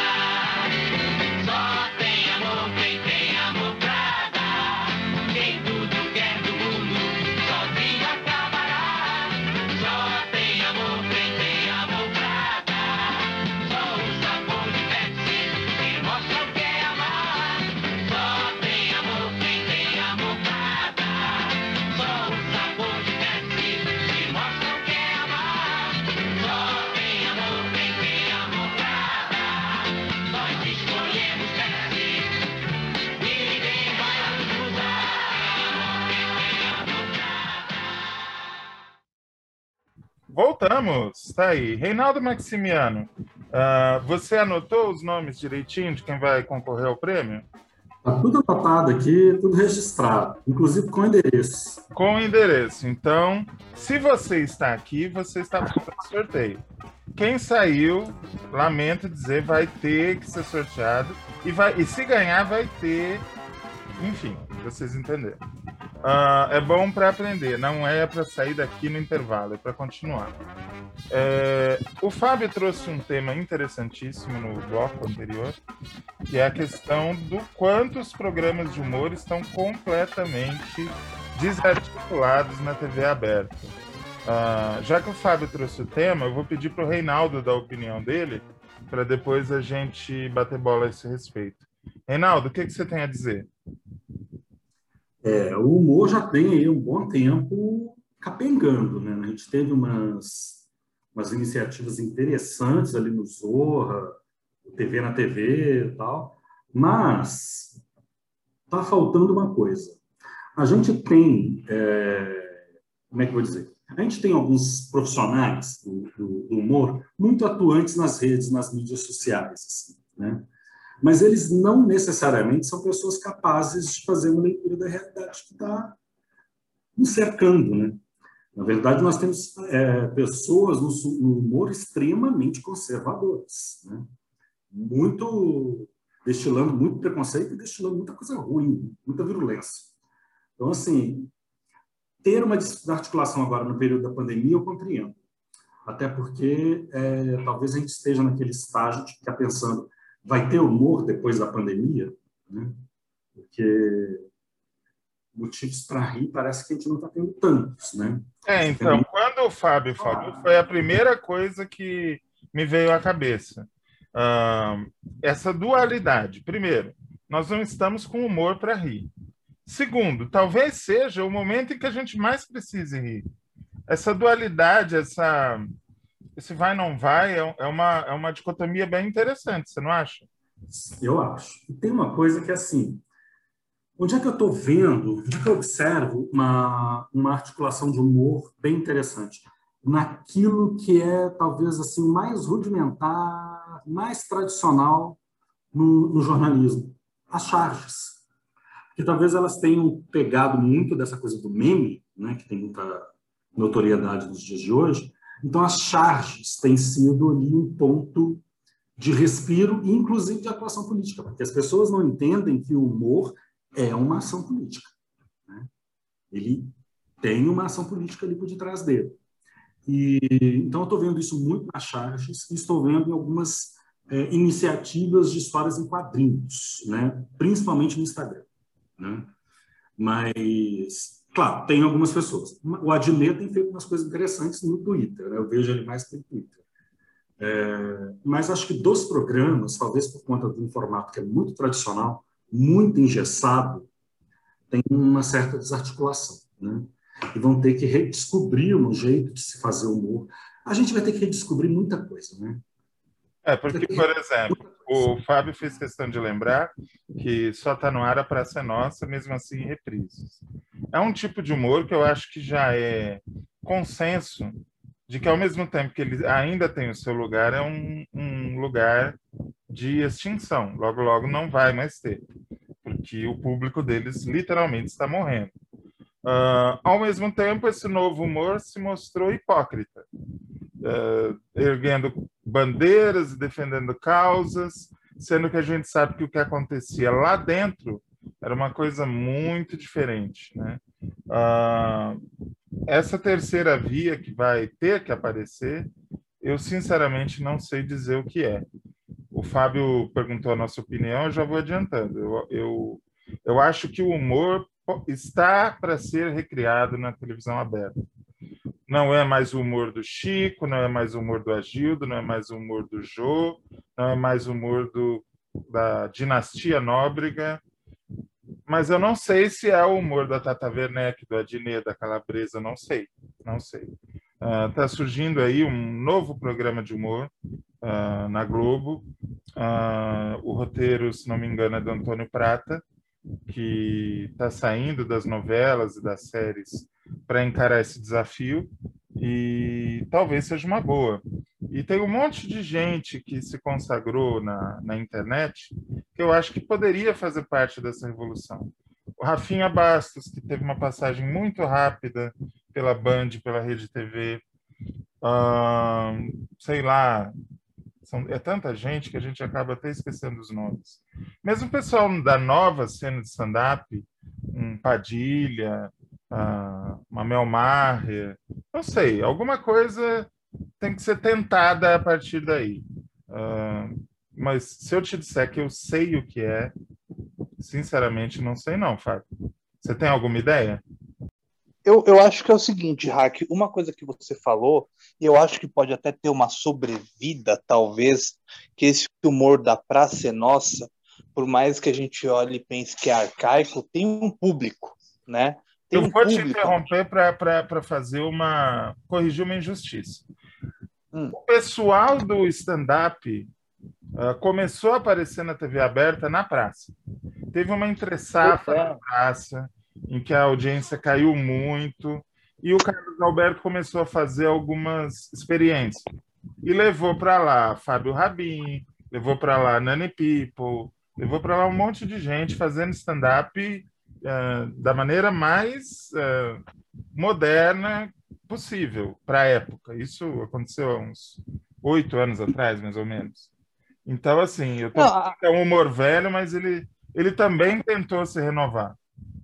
Só tem amor quem tem amor pra dar. Quem tudo quer do mundo, sozinho acabará. Só tem amor quem tem amor pra dar. Só o sabor de Pepsi que mostra o que é amar. Só tem amor quem tem amor pra dar. Só o sabor de Pepsi que mostra o que é amar. Só tem amor quem tem amor pra dar. Nós escolhemos Pepsi e ninguém vai nos mudar. Amor quem tem amor pra dar. Voltamos, tá aí. Reinaldo Maximiano, você anotou os nomes direitinho de quem vai concorrer ao prêmio? Está tudo anotado aqui, tudo registrado, inclusive com endereço. Com endereço. Então, se você está aqui, você está fora do sorteio. Quem saiu, lamento dizer, vai ter que ser sorteado. E se ganhar, vai ter... Enfim, vocês entenderam. É bom para aprender, não é para sair daqui no intervalo, é para continuar. O Fábio trouxe um tema interessantíssimo no bloco anterior, que é a questão do quanto os programas de humor estão completamente desarticulados na TV aberta. Já que o Fábio trouxe o tema, eu vou pedir para o Reinaldo dar a opinião dele, para depois a gente bater bola a esse respeito. Reinaldo, o que você tem a dizer? O humor já tem aí um bom tempo capengando, né? A gente teve umas iniciativas interessantes ali no Zorra, TV na TV e tal, mas está faltando uma coisa. A gente tem, como é que eu vou dizer? A gente tem alguns profissionais do humor muito atuantes nas redes, nas mídias sociais, assim, né? Mas eles não necessariamente são pessoas capazes de fazer uma leitura da realidade que está nos cercando, né? Na verdade, nós temos pessoas no humor extremamente conservadoras, né? Destilando muito preconceito e destilando muita coisa ruim, muita virulência. Então, assim, ter uma desarticulação agora no período da pandemia, eu compreendo. Até porque talvez a gente esteja naquele estágio de ficar pensando, vai ter humor depois da pandemia? Né? Porque motivos para rir parece que a gente não está tendo tantos, né? Então, quando o Fábio falou, foi a primeira coisa que me veio à cabeça. Essa dualidade. Primeiro, nós não estamos com humor para rir. Segundo, talvez seja o momento em que a gente mais precise rir. Essa dualidade, esse vai não vai é uma dicotomia bem interessante, você não acha? Eu acho. E tem uma coisa que é assim, onde é que eu estou vendo, onde é que eu observo uma articulação de humor bem interessante? Naquilo que é, talvez, assim, mais rudimentar, mais tradicional no jornalismo. As charges. Que talvez elas tenham pegado muito dessa coisa do meme, né, que tem muita notoriedade nos dias de hoje. Então, as charges têm sido ali um ponto de respiro, inclusive de atuação política, porque as pessoas não entendem que o humor é uma ação política, né? Ele tem uma ação política ali por detrás dele. E, então, eu estou vendo isso muito nas charges e estou vendo em algumas iniciativas de histórias em quadrinhos, né? Principalmente no Instagram, né? Mas, claro, tem algumas pessoas. O Adnet tem feito umas coisas interessantes no Twitter, né? Eu vejo ele mais pelo Twitter. Mas acho que dos programas, talvez por conta de um formato que é muito tradicional, muito engessado, tem uma certa desarticulação, né? E vão ter que redescobrir um jeito de se fazer humor. A gente vai ter que redescobrir muita coisa, né? Porque, por exemplo, o Fábio fez questão de lembrar que só está no ar a Praça é Nossa, mesmo assim em reprises. É um tipo de humor que eu acho que já é consenso de que, ao mesmo tempo que ele ainda tem o seu lugar, é um lugar de extinção. Logo, logo não vai mais ter, porque o público deles literalmente está morrendo. Ao mesmo tempo, esse novo humor se mostrou hipócrita, erguendo bandeiras e defendendo causas, sendo que a gente sabe que o que acontecia lá dentro era uma coisa muito diferente, né? Essa terceira via que vai ter que aparecer, eu sinceramente não sei dizer o que é. O Fábio perguntou a nossa opinião, eu já vou adiantando. Eu acho que o humor está para ser recriado na televisão aberta. Não é mais o humor do Chico, não é mais o humor do Agildo, não é mais o humor do Jô, não é mais o humor da dinastia Nóbrega, mas eu não sei se é o humor da Tata Werneck, do Adnet, da Calabresa, não sei. Está surgindo aí um novo programa de humor na Globo. O roteiro, se não me engano, é do Antônio Prata, que está saindo das novelas e das séries para encarar esse desafio, e talvez seja uma boa. E tem um monte de gente que se consagrou na internet que eu acho que poderia fazer parte dessa revolução. O Rafinha Bastos, que teve uma passagem muito rápida pela Band, pela Rede TV, sei lá, é tanta gente que a gente acaba até esquecendo os nomes. Mesmo o pessoal da nova cena de stand-up, um Padilha, uma Mel Maher, não sei, alguma coisa tem que ser tentada a partir daí. Mas se eu te disser que eu sei o que é, sinceramente não sei não, Fábio. Você tem alguma ideia? Eu acho que é o seguinte, Hack, uma coisa que você falou, e eu acho que pode até ter uma sobrevida, talvez, que esse humor da Praça é Nossa, por mais que a gente olhe e pense que é arcaico, tem um público, né? Eu vou te interromper para corrigir uma injustiça. O pessoal do stand-up começou a aparecer na TV aberta na praça. Teve uma entre-safra na praça, em que a audiência caiu muito, e o Carlos Alberto começou a fazer algumas experiências. E levou para lá Fábio Rabin, levou para lá Nani People, levou para lá um monte de gente fazendo stand-up da maneira mais moderna possível para a época. Isso aconteceu há uns 8 anos atrás, mais ou menos. Então, assim, eu tô falando que é um humor velho, mas ele também tentou se renovar.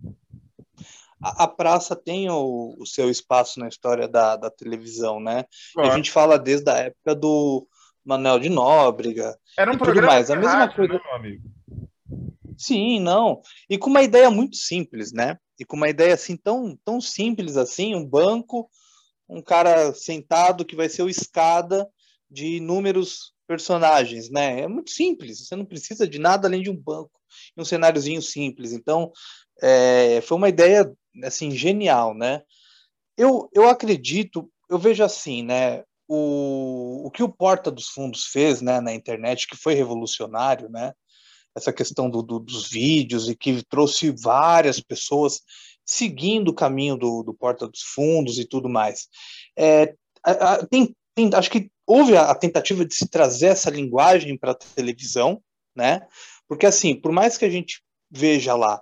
A praça tem o seu espaço na história da televisão, né? Claro. E a gente fala desde a época do Manuel de Nóbrega. Era um programa tudo mais. A mesma rádio, coisa, né, meu amigo? Sim, não. E com uma ideia muito simples, né? E com uma ideia assim tão simples assim, um banco, um cara sentado que vai ser o escada de inúmeros personagens, né? É muito simples. Você não precisa de nada além de um banco e um cenáriozinho simples. Então, foi uma ideia assim genial, né? Eu acredito, eu vejo assim, né? o que o Porta dos Fundos fez, né, na internet, que foi revolucionário, né, essa questão dos vídeos, e que trouxe várias pessoas seguindo o caminho do Porta dos Fundos e tudo mais. Acho que houve a tentativa de se trazer essa linguagem para a televisão, né? Porque, assim, por mais que a gente veja lá,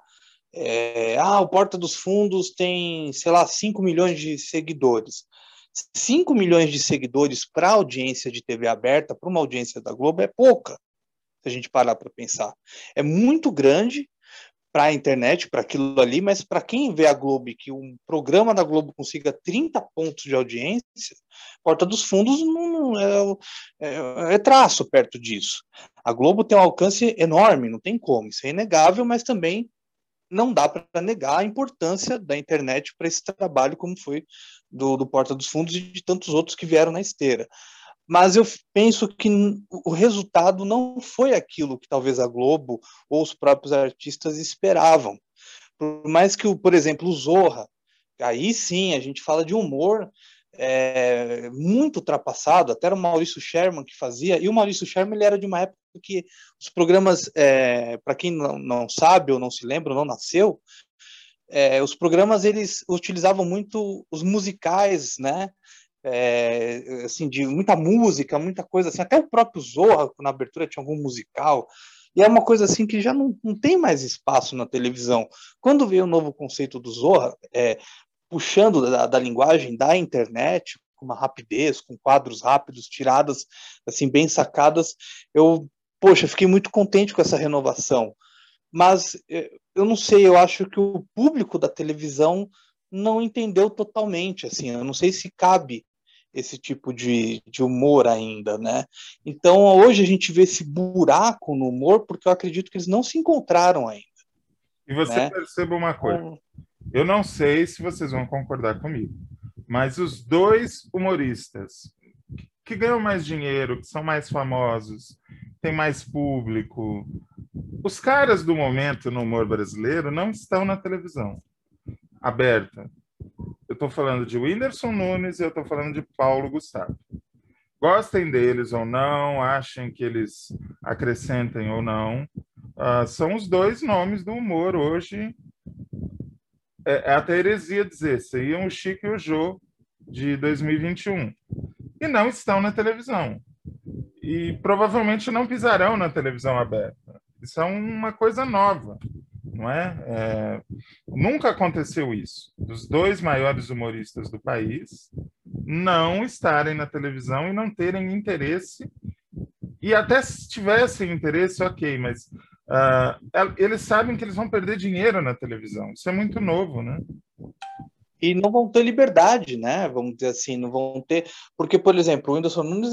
o Porta dos Fundos tem, sei lá, 5 milhões de seguidores. 5 milhões de seguidores para a audiência de TV aberta, para uma audiência da Globo, é pouca, se a gente parar para pensar. É muito grande para a internet, para aquilo ali, mas para quem vê a Globo, que um programa da Globo consiga 30 pontos de audiência, Porta dos Fundos não é traço perto disso. A Globo tem um alcance enorme, não tem como, isso é inegável, mas também não dá para negar a importância da internet para esse trabalho, como foi do Porta dos Fundos e de tantos outros que vieram na esteira. Mas eu penso que o resultado não foi aquilo que talvez a Globo ou os próprios artistas esperavam. Por mais que, por exemplo, o Zorra, aí sim a gente fala de humor muito ultrapassado, até era o Maurício Sherman que fazia, e o Maurício Sherman ele era de uma época que os programas, para quem não sabe ou não se lembra, ou não nasceu, os programas eles utilizavam muito os musicais, né? Assim, de muita música, muita coisa assim, até o próprio Zorra, na abertura tinha algum musical, e é uma coisa assim que já não tem mais espaço na televisão. Quando veio o novo conceito do Zorra, puxando da linguagem da internet, com uma rapidez, com quadros rápidos, tiradas assim, bem sacadas, fiquei muito contente com essa renovação. Mas eu não sei, eu acho que o público da televisão não entendeu totalmente, assim, eu não sei se cabe esse tipo de humor ainda, né? Então, hoje a gente vê esse buraco no humor porque eu acredito que eles não se encontraram ainda. E você perceba uma coisa, eu não sei se vocês vão concordar comigo, mas os dois humoristas que ganham mais dinheiro, que são mais famosos, têm mais público, os caras do momento no humor brasileiro não estão na televisão aberta. Eu estou falando de Whindersson Nunes e eu estou falando de Paulo Gustavo. Gostem deles ou não, achem que eles acrescentem ou não, são os dois nomes do humor hoje. É até heresia dizer, seriam o Chico e o Jô de 2021. E não estão na televisão. E provavelmente não pisarão na televisão aberta. Isso é uma coisa nova, não é? Nunca aconteceu isso. Dos dois maiores humoristas do país não estarem na televisão e não terem interesse. E até se tivessem interesse, ok, mas eles sabem que eles vão perder dinheiro na televisão. Isso é muito novo, né? E não vão ter liberdade, né? Vamos dizer assim, não vão ter... Porque, por exemplo, o Whindersson Nunes,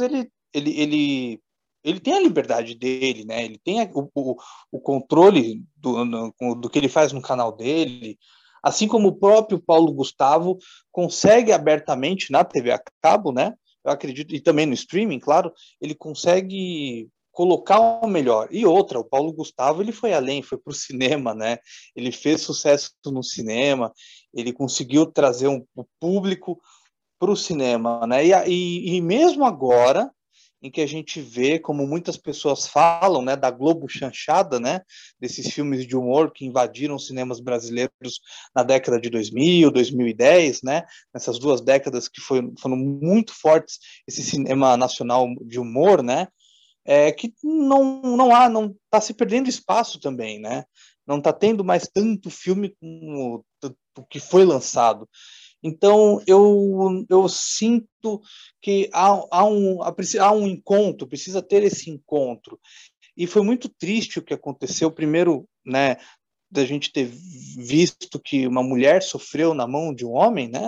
ele tem a liberdade dele, né? Ele tem o controle do que ele faz no canal dele, assim como o próprio Paulo Gustavo consegue abertamente na TV a cabo, né? Eu acredito, e também no streaming, claro, ele consegue colocar o melhor. E outra, o Paulo Gustavo, ele foi além, foi para o cinema, né? Ele fez sucesso no cinema, ele conseguiu trazer o público para o cinema, né? E mesmo agora, em que a gente vê, como muitas pessoas falam, né, da Globo chanchada, né, desses filmes de humor que invadiram os cinemas brasileiros na década de 2000, 2010, né, nessas duas décadas que foram muito fortes, esse cinema nacional de humor, né, que não está se perdendo espaço também, né, não está tendo mais tanto filme como o que foi lançado. Então, eu sinto que há um encontro, precisa ter esse encontro. E foi muito triste o que aconteceu, primeiro, né, da gente ter visto que uma mulher sofreu na mão de um homem, né,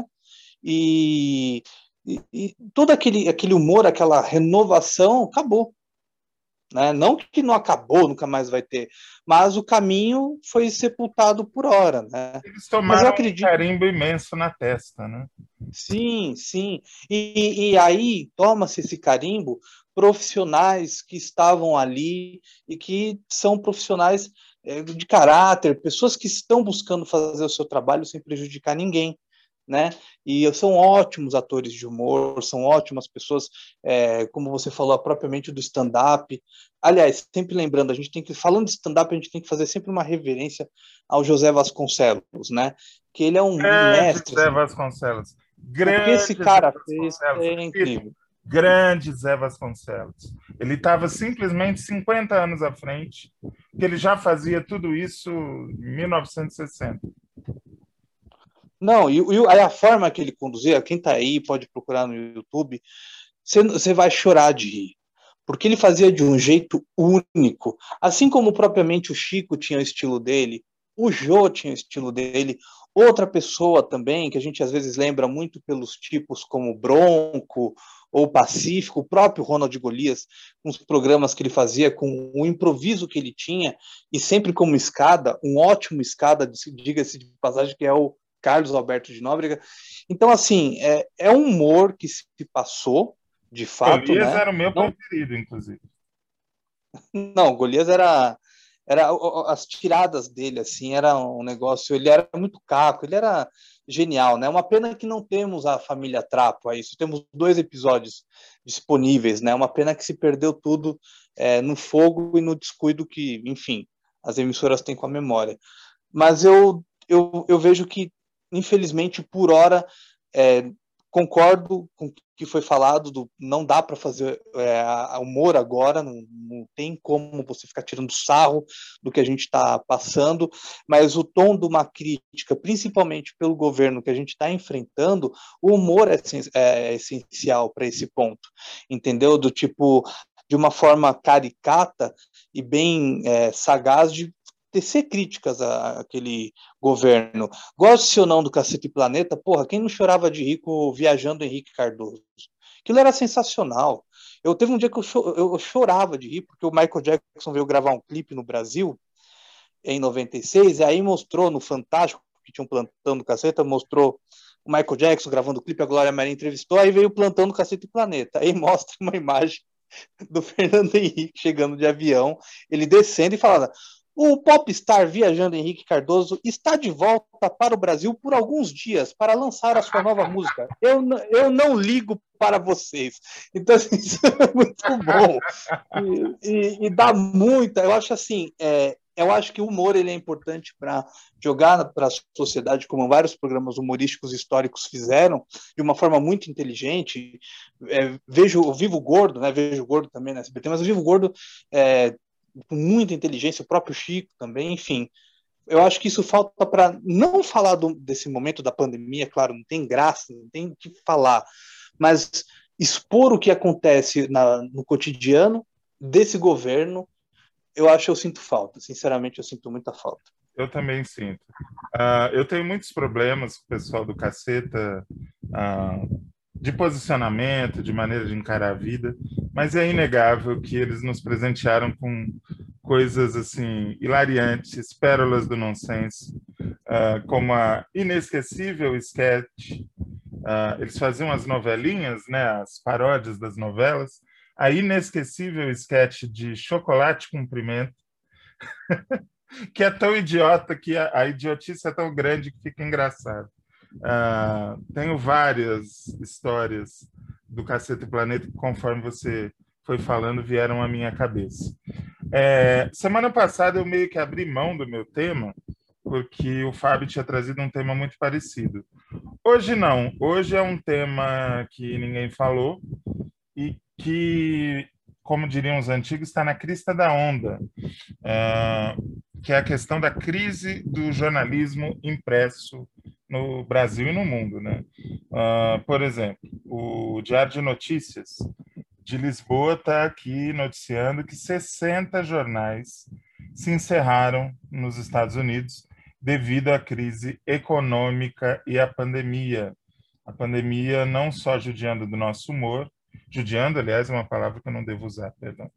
e todo aquele humor, aquela renovação, acabou. Né? Não que não acabou, nunca mais vai ter, mas o caminho foi sepultado por hora, né? Eles tomaram um carimbo imenso na testa, né? Sim, sim. E aí toma-se esse carimbo profissionais que estavam ali e que são profissionais de caráter, pessoas que estão buscando fazer o seu trabalho sem prejudicar ninguém, né? E são ótimos atores de humor, são ótimas pessoas, como você falou propriamente do stand-up. Aliás, sempre lembrando, falando de stand-up, a gente tem que fazer sempre uma reverência ao José Vasconcelos, né? Que ele é um mestre. José Vasconcelos. O que esse cara fez é incrível. Grande Zé Vasconcelos. Ele estava simplesmente 50 anos à frente, que ele já fazia tudo isso em 1960. Não, e a forma que ele conduzia, quem está aí pode procurar no YouTube, você vai chorar de rir. Porque ele fazia de um jeito único. Assim como propriamente o Chico tinha o estilo dele, o Jô tinha o estilo dele, outra pessoa também, que a gente às vezes lembra muito pelos tipos como Bronco ou Pacífico, o próprio Ronald Golias, com os programas que ele fazia, com o improviso que ele tinha, e sempre como escada, um ótimo escada, diga-se de passagem, que é o Carlos Alberto de Nóbrega. Então, assim, é um humor que se passou, de fato. Golias, né? Era o meu preferido, inclusive. Não, Golias era as tiradas dele, assim, era um negócio, ele era muito caco, ele era genial, né? Uma pena que não temos a família Trapo, aí só temos 2 episódios disponíveis, né? Uma pena que se perdeu tudo no fogo e no descuido que, enfim, as emissoras têm com a memória. Mas eu vejo que, infelizmente, por hora, concordo com o que foi falado, não dá para fazer humor agora, não tem como você ficar tirando sarro do que a gente está passando, mas o tom de uma crítica, principalmente pelo governo que a gente está enfrentando, o humor é essencial para esse ponto, entendeu? Do tipo, de uma forma caricata e bem sagaz de tecer críticas àquele governo. Goste ou não do Cacete Planeta, porra, quem não chorava de rico viajando Henrique Cardoso? Aquilo era sensacional. Teve um dia que eu chorava de rir, porque o Michael Jackson veio gravar um clipe no Brasil, em 96, e aí mostrou no Fantástico, que tinha um plantão do Caceta, mostrou o Michael Jackson gravando o clipe, a Glória Maria entrevistou, aí veio o plantão do Cacete Planeta. Aí mostra uma imagem do Fernando Henrique chegando de avião, ele descendo e falando: o popstar viajando Henrique Cardoso está de volta para o Brasil por alguns dias para lançar a sua nova música. Eu não ligo para vocês. Então, assim, isso é muito bom. E dá muita... Eu acho assim... eu acho que o humor ele é importante para jogar para a sociedade, como vários programas humorísticos históricos fizeram, de uma forma muito inteligente. Vejo o Vivo Gordo, né? Vejo o Gordo também na SBT, mas o Vivo Gordo... com muita inteligência, o próprio Chico também, enfim. Eu acho que isso falta para não falar desse momento da pandemia, claro, não tem graça, não tem o que falar, mas expor o que acontece no cotidiano desse governo, eu sinto falta, sinceramente, eu sinto muita falta. Eu também sinto. Eu tenho muitos problemas com o pessoal do Caceta, de posicionamento, de maneira de encarar a vida, mas é inegável que eles nos presentearam com coisas assim hilariantes, pérolas do nonsense, como a inesquecível sketch. Eles faziam as novelinhas, né, as paródias das novelas, a inesquecível sketch de Chocolate com Pimenta, que é tão idiota que a idiotice é tão grande que fica engraçado. Tenho várias histórias do Cacete Planeta que, conforme você foi falando, vieram à minha cabeça. Semana passada eu meio que abri mão do meu tema, porque o Fábio tinha trazido um tema muito parecido. Hoje não. Hoje é um tema que ninguém falou e que, como diriam os antigos, está na crista da onda, que é a questão da crise do jornalismo impresso no Brasil e no mundo, né? Por exemplo, o Diário de Notícias de Lisboa está aqui noticiando que 60 jornais se encerraram nos Estados Unidos devido à crise econômica e à pandemia. A pandemia não só judiando do nosso humor, judiando, aliás, é uma palavra que eu não devo usar, perdão,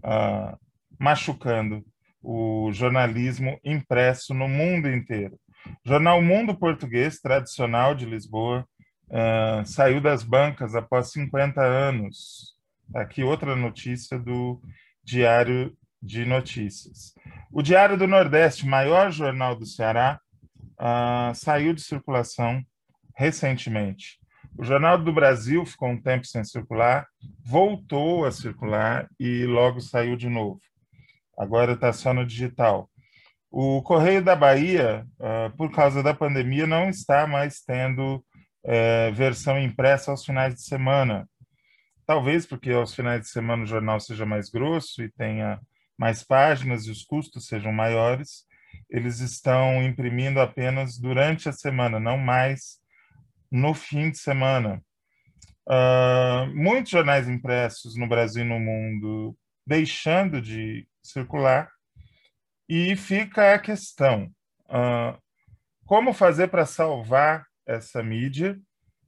machucando o jornalismo impresso no mundo inteiro. O jornal Mundo Português, tradicional de Lisboa, saiu das bancas após 50 anos. Aqui outra notícia do Diário de Notícias. O Diário do Nordeste, maior jornal do Ceará, saiu de circulação, recentemente. O Jornal do Brasil ficou um tempo sem circular, voltou a circular e logo saiu de novo. Agora está só no digital. O Correio da Bahia, por causa da pandemia, não está mais tendo versão impressa aos finais de semana. Talvez porque aos finais de semana o jornal seja mais grosso e tenha mais páginas e os custos sejam maiores. Eles estão imprimindo apenas durante a semana, não mais no fim de semana. Muitos jornais impressos no Brasil e no mundo deixando de circular, e fica a questão, como fazer para salvar essa mídia,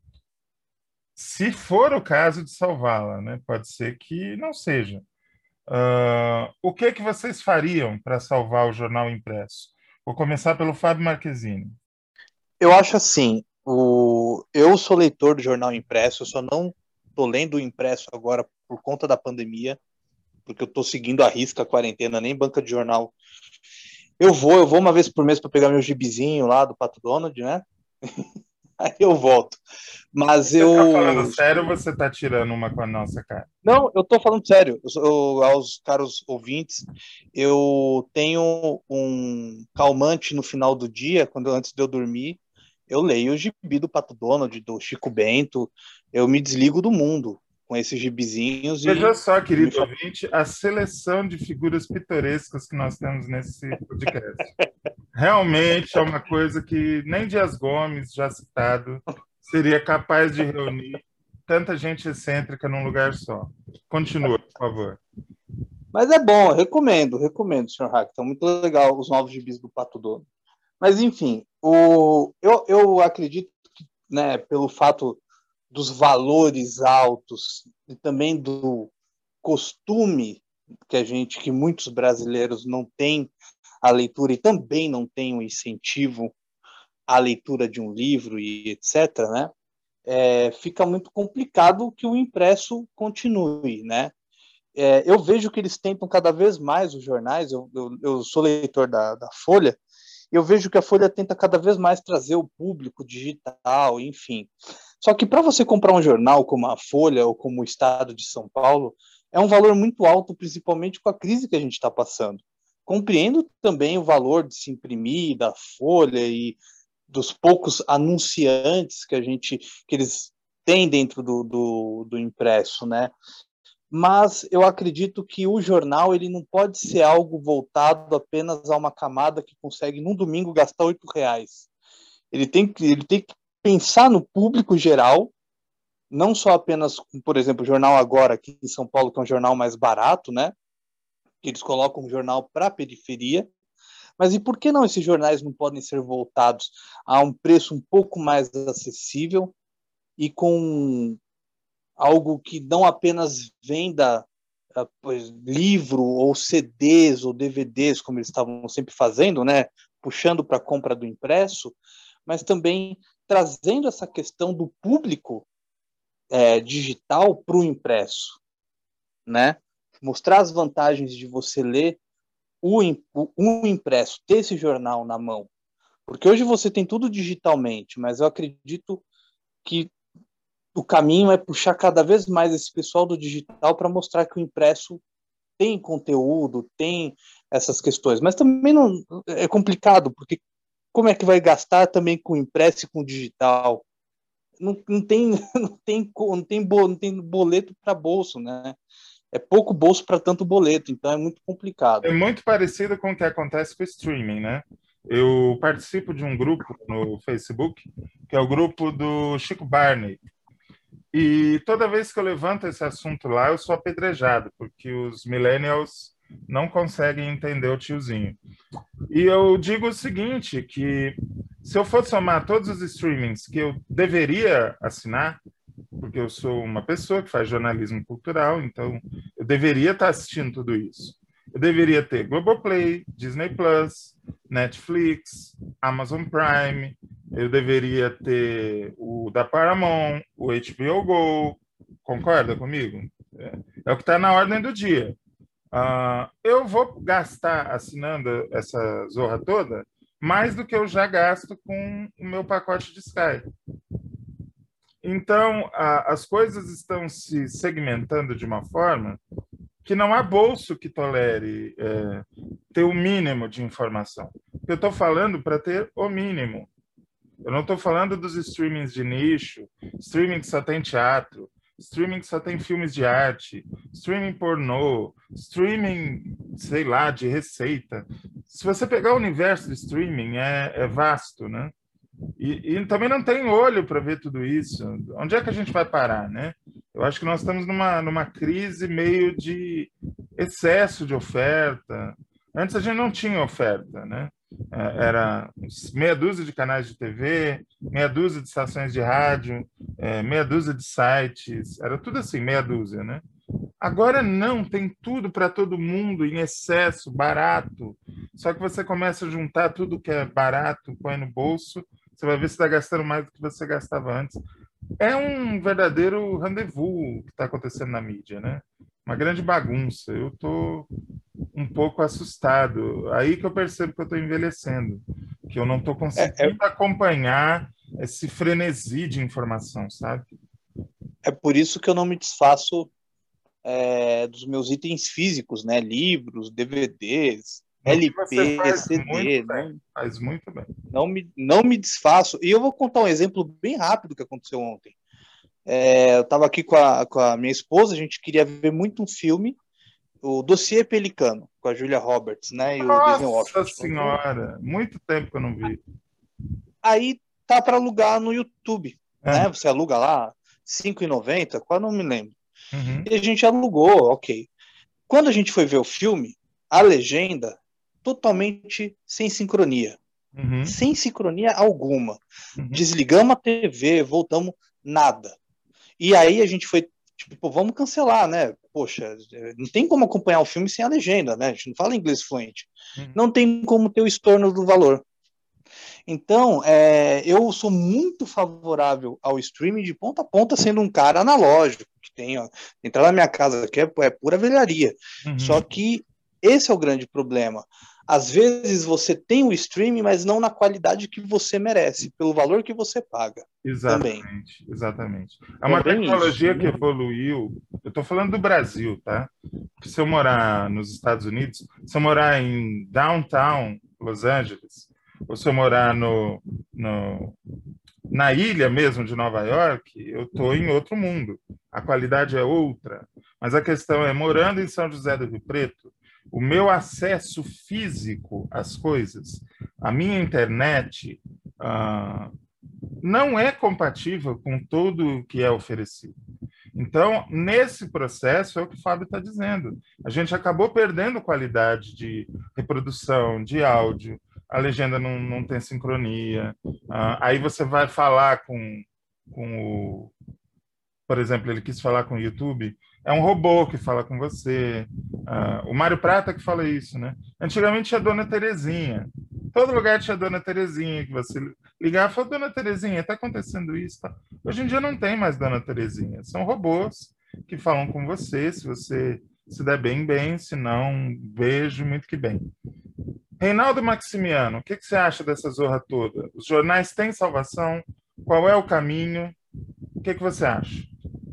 se for o caso de salvá-la, né? Pode ser que não seja. O que vocês fariam para salvar o jornal impresso? Vou começar pelo Fábio Marquezine. Eu acho assim, eu sou leitor do jornal impresso, eu só não estou lendo o impresso agora por conta da pandemia, porque eu estou seguindo à risca a quarentena, nem banca de jornal. Eu vou uma vez por mês para pegar meu gibizinho lá do Pato Donald, né? Aí eu volto. Mas você tá falando sério ou você tá tirando uma com a nossa cara? Não, eu tô falando sério. Aos caros ouvintes, eu tenho um calmante no final do dia, antes de eu dormir, eu leio o gibi do Pato Donald, do Chico Bento, eu me desligo do mundo com esses gibizinhos. Veja só, querido ouvinte, a seleção de figuras pitorescas que nós temos nesse podcast. Realmente é uma coisa que nem Dias Gomes, já citado, seria capaz de reunir tanta gente excêntrica num lugar só. Continua, por favor. Mas é bom, recomendo, Sr. Hack. Tá muito legal os novos gibis do Pato Donald. Mas, enfim, eu acredito que, né, pelo fato dos valores altos e também do costume que muitos brasileiros não têm a leitura e também não têm o incentivo à leitura de um livro e etc., né? Fica muito complicado que o impresso continue, né? Eu vejo que eles tentam cada vez mais os jornais, eu sou leitor da Folha, eu vejo que a Folha tenta cada vez mais trazer o público digital, enfim. Só que para você comprar um jornal como a Folha ou como o Estado de São Paulo, é um valor muito alto, principalmente com a crise que a gente está passando. Compreendo também o valor de se imprimir da Folha e dos poucos anunciantes que eles têm dentro do impresso, né? Mas eu acredito que o jornal ele não pode ser algo voltado apenas a uma camada que consegue, num domingo, gastar R$8. Ele tem que pensar no público geral, não só apenas, por exemplo, o Jornal Agora, aqui em São Paulo, que é um jornal mais barato, né? Eles colocam um jornal para a periferia, mas e por que não esses jornais não podem ser voltados a um preço um pouco mais acessível e com algo que não apenas venda livro ou CDs ou DVDs, como eles estavam sempre fazendo, né? Puxando para a compra do impresso, mas também trazendo essa questão do público digital para o impresso, né? Mostrar as vantagens de você ler um impresso, ter esse jornal na mão. Porque hoje você tem tudo digitalmente, mas eu acredito que o caminho é puxar cada vez mais esse pessoal do digital para mostrar que o impresso tem conteúdo, tem essas questões. Mas também não é complicado, porque como é que vai gastar também com impresso e com digital? Não tem boleto para bolso, né? É pouco bolso para tanto boleto, então é muito complicado. É muito parecido com o que acontece com o streaming, né? Eu participo de um grupo no Facebook, que é o grupo do Chico Barney. E toda vez que eu levanto esse assunto lá, eu sou apedrejado, porque os millennials não conseguem entender o tiozinho. E eu digo o seguinte, que se eu for somar todos os streamings que eu deveria assinar, porque eu sou uma pessoa que faz jornalismo cultural, então eu deveria estar assistindo tudo isso. Eu deveria ter Globoplay, Disney Plus, Netflix, Amazon Prime, eu deveria ter o da Paramount, o HBO Go, concorda comigo? É o que está na ordem do dia. Eu vou gastar assinando essa zorra toda mais do que eu já gasto com o meu pacote de Sky. Então, as coisas estão se segmentando de uma forma que não há bolso que tolere ter o mínimo de informação. Eu estou falando para ter o mínimo. Eu não estou falando dos streamings de nicho, streaming que só tem teatro, streaming que só tem filmes de arte, streaming pornô, streaming, sei lá, de receita. Se você pegar o universo do streaming, é vasto, né? E também não tem olho para ver tudo isso. Onde é que a gente vai parar, né? Eu acho que nós estamos numa crise meio de excesso de oferta. Antes a gente não tinha oferta, né? Era meia dúzia de canais de TV, meia dúzia de estações de rádio, meia dúzia de sites, era tudo assim, meia dúzia, né? Agora não, tem tudo para todo mundo, em excesso, barato. Só que você começa a juntar tudo que é barato, põe no bolso, você vai ver se está gastando mais do que você gastava antes. É um verdadeiro rendezvous que está acontecendo na mídia, né? Uma grande bagunça. Eu estou um pouco assustado. Aí que eu percebo que eu estou envelhecendo, que eu não estou conseguindo acompanhar esse frenesi de informação, sabe? É por isso que eu não me desfaço dos meus itens físicos, né? Livros, DVDs, LP, CD. Faz muito bem. Não me desfaço. E eu vou contar um exemplo bem rápido que aconteceu ontem. Eu estava aqui com a minha esposa, a gente queria ver muito um filme, o Dossiê Pelicano, com a Julia Roberts, né? E o Denzel Washington. Nossa Senhora! Muito tempo que eu não vi. Aí tá para alugar no YouTube, né? Você aluga lá, R$5,90, quase não me lembro. Uhum. E a gente alugou, ok. Quando a gente foi ver o filme, a legenda totalmente sem sincronia. Uhum. Sem sincronia alguma. Uhum. Desligamos a TV, voltamos, nada. E aí a gente foi, tipo, vamos cancelar, né? Poxa, não tem como acompanhar o filme sem a legenda, né? A gente não fala inglês fluente. Uhum. Não tem como ter o estorno do valor. Então, eu sou muito favorável ao streaming de ponta a ponta, sendo um cara analógico, que tem, entrar na minha casa aqui é pura velharia. Uhum. Só que esse é o grande problema. Às vezes você tem o streaming, mas não na qualidade que você merece, pelo valor que você paga. Exatamente, também. Exatamente. É uma tecnologia que evoluiu. Eu estou falando do Brasil, tá? Porque se eu morar nos Estados Unidos, se eu morar em downtown Los Angeles, ou se eu morar na ilha mesmo de Nova York, eu estou em outro mundo. A qualidade é outra. Mas a questão é, morando em São José do Rio Preto, o meu acesso físico às coisas, a minha internet, não é compatível com tudo o que é oferecido. Então, nesse processo, é o que o Fábio está dizendo. A gente acabou perdendo qualidade de reprodução, de áudio, a legenda não tem sincronia. Aí você vai falar com o... Por exemplo, ele quis falar com o YouTube, é um robô que fala com você. O Mário Prata que fala isso, né? Antigamente tinha a Dona Terezinha. Todo lugar tinha a Dona Terezinha, que você ligava e falava, Dona Terezinha, está acontecendo isso? Tá? Hoje em dia não tem mais Dona Terezinha. São robôs que falam com você, se você se der bem, bem, se não, beijo, muito que bem. Reinaldo Maximiano, o que você acha dessa zorra toda? Os jornais têm salvação? Qual é o caminho? O que você acha?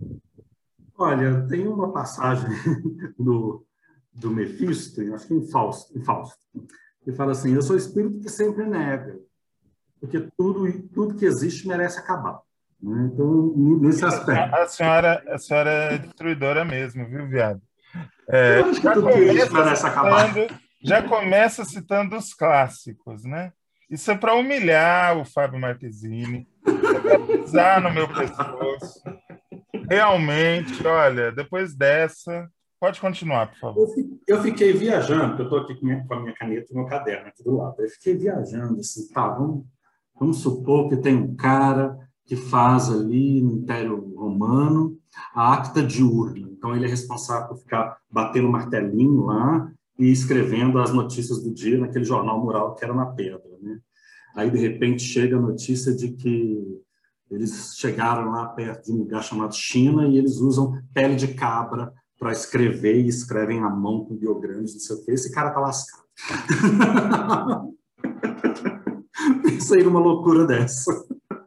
Olha, tem uma passagem do Mefisto, acho que em Fausto, que fala assim, eu sou o espírito que sempre nega, porque tudo que existe merece acabar. Né? Então, nesse aspecto... A senhora é destruidora mesmo, viu, viado? Eu acho que tudo que existe merece acabar. Já começa citando os clássicos, né? Isso é para humilhar o Fábio Marquezine, é para pisar no meu pescoço. Realmente, olha, depois dessa... Pode continuar, por favor. Eu fiquei viajando, porque eu estou aqui com a minha caneta e meu caderno aqui do lado. Eu fiquei viajando, assim, tá, vamos supor que tem um cara que faz ali no Império Romano a acta diurna. Então, ele é responsável por ficar batendo martelinho lá e escrevendo as notícias do dia naquele jornal mural que era na pedra, né? Aí, de repente, chega a notícia de que eles chegaram lá perto de um lugar chamado China e eles usam pele de cabra para escrever e escrevem à mão com biogramas, não sei o quê. Esse cara tá lascado. Pensa aí numa loucura dessa.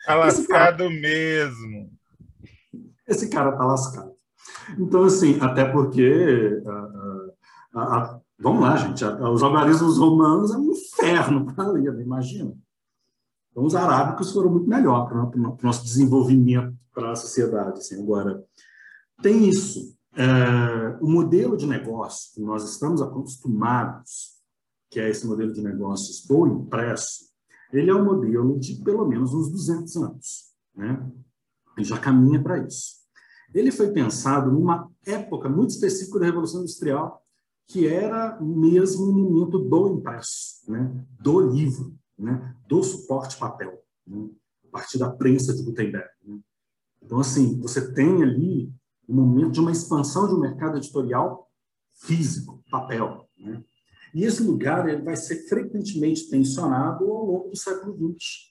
Tá lascado mesmo. Esse cara tá lascado. Então, assim, até porque... vamos lá, gente. Os algarismos romanos é um inferno para ler, imagina. Então, os arábicos foram muito melhor para o nosso desenvolvimento para a sociedade. Assim. Agora, tem isso. O modelo de negócio que nós estamos acostumados, que é esse modelo de negócios do impresso, ele é um modelo de pelo menos uns 200 anos. Né? Ele já caminha para isso. Ele foi pensado numa época muito específica da Revolução Industrial, que era mesmo o momento do impresso, né? Do livro, né? Do suporte papel, né? A partir da prensa de Gutenberg. Né? Então, assim, você tem ali um momento de uma expansão de um mercado editorial físico, papel. Né? E esse lugar ele vai ser frequentemente tensionado ao longo do século XX,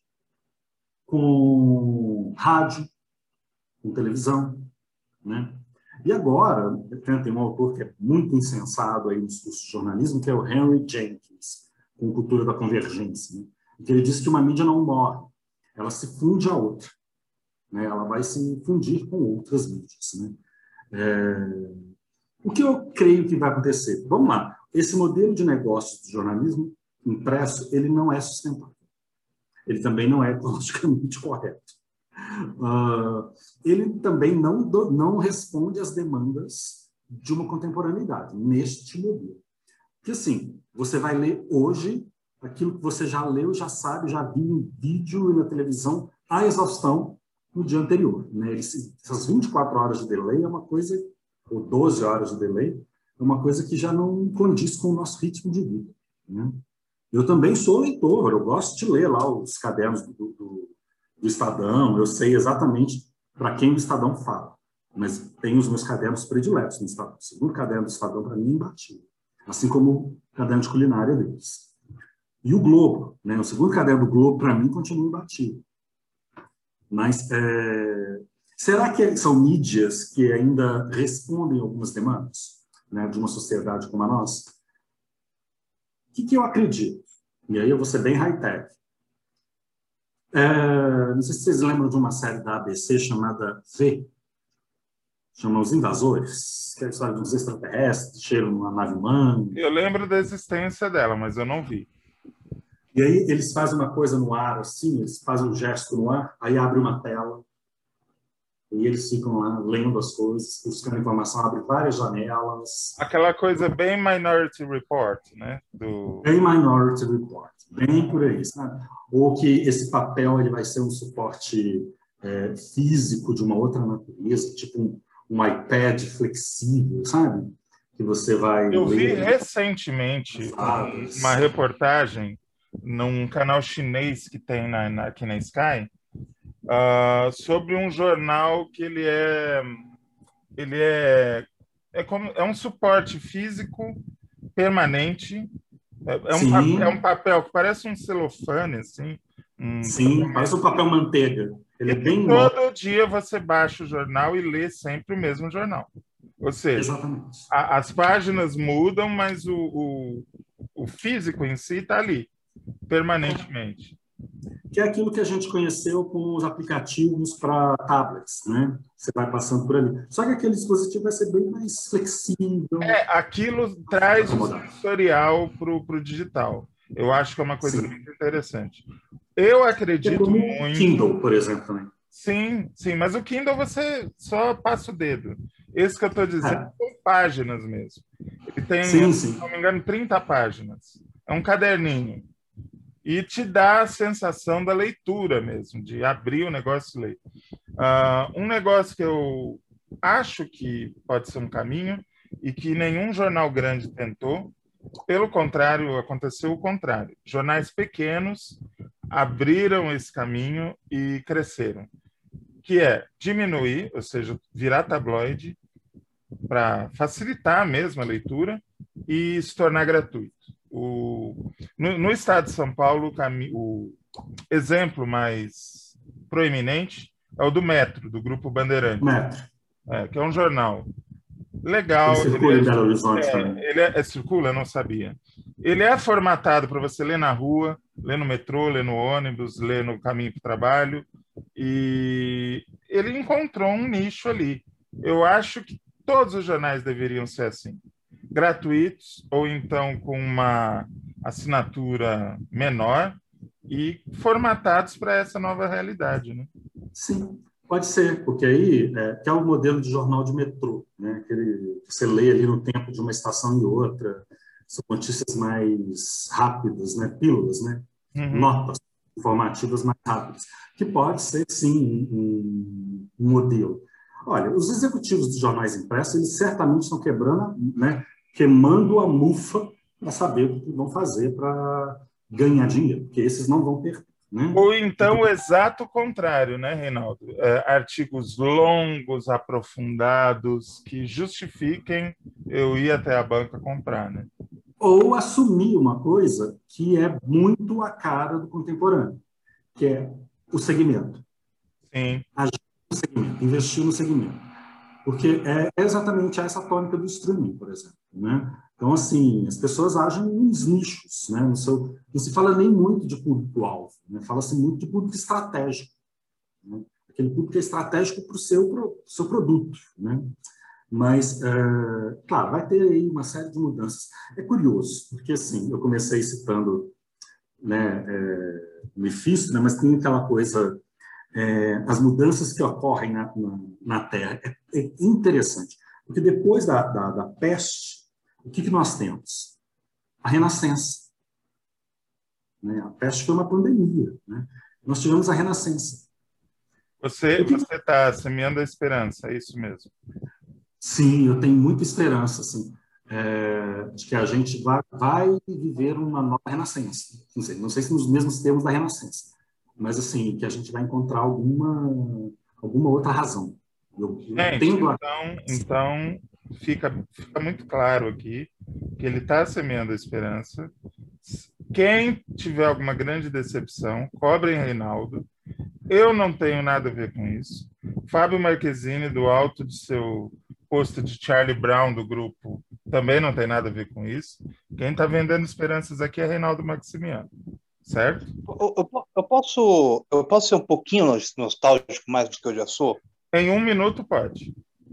com rádio, com televisão. Né? E agora, tem um autor que é muito insensado aí nos cursos de jornalismo, que é o Henry Jenkins, com Cultura da Convergência, né? Que ele diz que uma mídia não morre, ela se funde a outra. Né? Ela vai se fundir com outras mídias. Né? O que eu creio que vai acontecer? Vamos lá. Esse modelo de negócio do jornalismo impresso, ele não é sustentável. Ele também não é ecologicamente correto. Ele também não responde às demandas de uma contemporaneidade neste modelo. Porque, assim, você vai ler hoje aquilo que você já leu, já sabe, já viu em vídeo e na televisão à exaustão no dia anterior. Né? Essas 24 horas de delay é uma coisa, ou 12 horas de delay, é uma coisa que já não condiz com o nosso ritmo de vida. Né? Eu também sou leitor, eu gosto de ler lá os cadernos do Estadão, eu sei exatamente para quem o Estadão fala, mas tenho os meus cadernos prediletos no Estadão. O segundo caderno do Estadão, para mim, é imbatível, assim como o caderno de culinária deles. E o Globo, né? O segundo caderno do Globo, para mim, continua imbatível. Mas será que são mídias que ainda respondem a algumas demandas, né, de uma sociedade como a nossa? O que eu acredito? E aí eu vou ser bem high-tech. Não sei se vocês lembram de uma série da ABC chamada V, chama Os Invasores, que é a história de uns extraterrestres que chegam numa nave humana. Eu lembro da existência dela, mas eu não vi. E aí eles fazem uma coisa no ar, assim, eles fazem um gesto no ar, aí abre uma tela, e eles ficam lá lendo as coisas, buscando informação, abre várias janelas. Aquela coisa bem Minority Report, né? Bem Minority Report, bem por aí, sabe? Ou que esse papel ele vai ser um suporte físico de uma outra natureza, tipo um iPad flexível, sabe? Que você vai... Eu vi recentemente uma reportagem num canal chinês que tem aqui na Sky, sobre um jornal que ele é um suporte físico permanente. É um papel que parece um celofane, assim. Sim, parece um papel manteiga. Ele é bem todo dia você baixa o jornal e lê sempre o mesmo jornal. Ou seja, as páginas mudam, mas o físico em si está ali, permanentemente. Que é aquilo que a gente conheceu com os aplicativos para tablets, né? Você vai passando por ali. Só que aquele dispositivo vai ser bem mais flexível. Aquilo traz o sensorial para o digital. Eu acho que é uma coisa muito interessante. Eu acredito muito... Kindle, por exemplo, também. Sim, mas o Kindle você só passa o dedo. Esse que eu estou dizendo são páginas mesmo. Ele tem, se não me engano, 30 páginas. É um caderninho. E te dá a sensação da leitura mesmo, de abrir o negócio e ler. Um negócio que eu acho que pode ser um caminho e que nenhum jornal grande tentou, pelo contrário, aconteceu o contrário. Jornais pequenos abriram esse caminho e cresceram, que é diminuir, ou seja, virar tabloide para facilitar mesmo a leitura e se tornar gratuito. No estado de São Paulo, o exemplo mais proeminente é o do Metro, do Grupo Bandeirante. Metro. Que é um jornal legal. Ele circula em Belo Horizonte também. Ele circula, eu não sabia. Ele é formatado para você ler na rua, ler no metrô, ler no ônibus, ler no caminho para o trabalho. E ele encontrou um nicho ali. Eu acho que todos os jornais deveriam ser assim, gratuitos ou então com uma assinatura menor e formatados para essa nova realidade, né? Sim, pode ser, porque aí que é o modelo de jornal de metrô, né? Que você lê ali no tempo de uma estação e outra, são notícias mais rápidas, né? Pílulas, né? Notas informativas mais rápidas, que pode ser, sim, um modelo. Olha, os executivos dos jornais impressos, eles certamente estão queimando a mufa para saber o que vão fazer para ganhar dinheiro, porque esses não vão perder. Né? Ou então o exato contrário, né, Reinaldo? Artigos longos, aprofundados, que justifiquem eu ir até a banca comprar, né? Ou assumir uma coisa que é muito a cara do contemporâneo, que é o segmento. Sim. Agir no segmento, investir no segmento. Porque é exatamente essa tônica do streaming, por exemplo. Né? Então, assim, as pessoas agem nos nichos. Né? Não se fala nem muito de público-alvo, né? Fala-se muito de público estratégico. Né? Aquele público que é estratégico para o seu produto. Né? Mas, claro, vai ter aí uma série de mudanças. É curioso, porque, assim, eu comecei citando, né, Mephisto, né, mas tem aquela coisa, as mudanças que ocorrem na Terra. É interessante, porque depois da peste, o que nós temos? A Renascença. Né? A peste foi uma pandemia. Né? Nós tivemos a Renascença. Você está semeando a esperança, é isso mesmo? Sim, eu tenho muita esperança, assim, de que a gente vai viver uma nova renascença. Não sei se nos mesmos termos da renascença, mas assim, que a gente vai encontrar alguma outra razão. Então fica muito claro aqui que ele está semeando a esperança. Quem tiver alguma grande decepção, cobrem Reinaldo. Eu não tenho nada a ver com isso. Fábio Marquezine, do alto de seu posto de Charlie Brown do grupo, também não tem nada a ver com isso. Quem está vendendo esperanças aqui é Reinaldo Maximiano, certo? Eu posso ser um pouquinho nostálgico mais do que eu já sou? Em 1 minuto pode.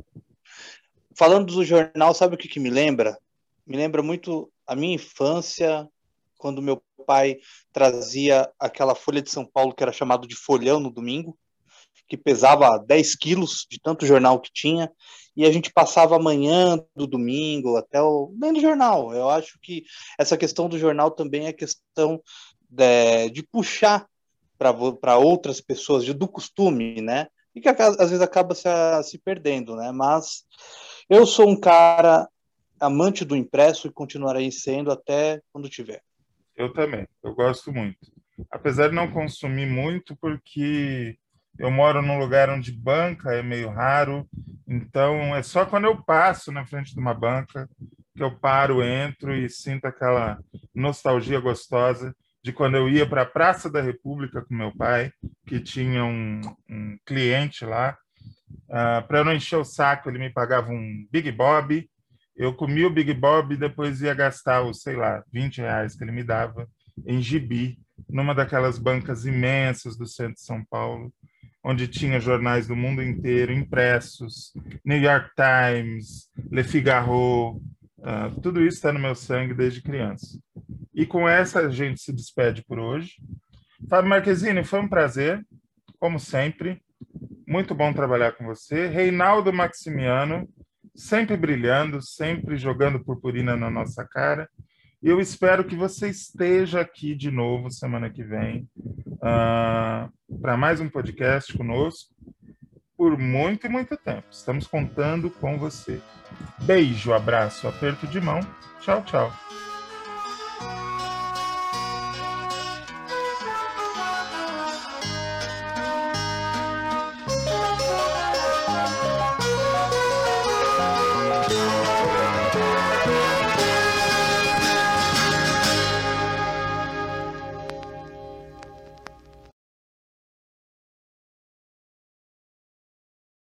Falando do jornal, sabe o que me lembra? Me lembra muito a minha infância, quando meu pai trazia aquela Folha de São Paulo que era chamado de folhão no domingo, que pesava 10 quilos de tanto jornal que tinha, e a gente passava a manhã do domingo até dentro do jornal. Eu acho que essa questão do jornal também é questão de puxar para outras pessoas, do costume, né? E que às vezes acaba se perdendo, né? Mas eu sou um cara amante do impresso e continuarei sendo até quando tiver. Eu também, eu gosto muito. Apesar de não consumir muito, porque eu moro num lugar onde banca é meio raro, então é só quando eu passo na frente de uma banca que eu paro, entro e sinto aquela nostalgia gostosa de quando eu ia para a Praça da República com meu pai, que tinha um cliente lá. Para eu não encher o saco, ele me pagava um Big Bob. Eu comia o Big Bob e depois ia gastar os, sei lá, R$20 que ele me dava em gibi, numa daquelas bancas imensas do centro de São Paulo, onde tinha jornais do mundo inteiro, impressos, New York Times, Le Figaro, tudo isso está no meu sangue desde criança. E com essa a gente se despede por hoje. Fábio Marquezine, foi um prazer, como sempre. Muito bom trabalhar com você. Reinaldo Maximiano, sempre brilhando, sempre jogando purpurina na nossa cara. E eu espero que você esteja aqui de novo semana que vem para mais um podcast conosco por muito e muito tempo. Estamos contando com você. Beijo, abraço, aperto de mão. Tchau, tchau.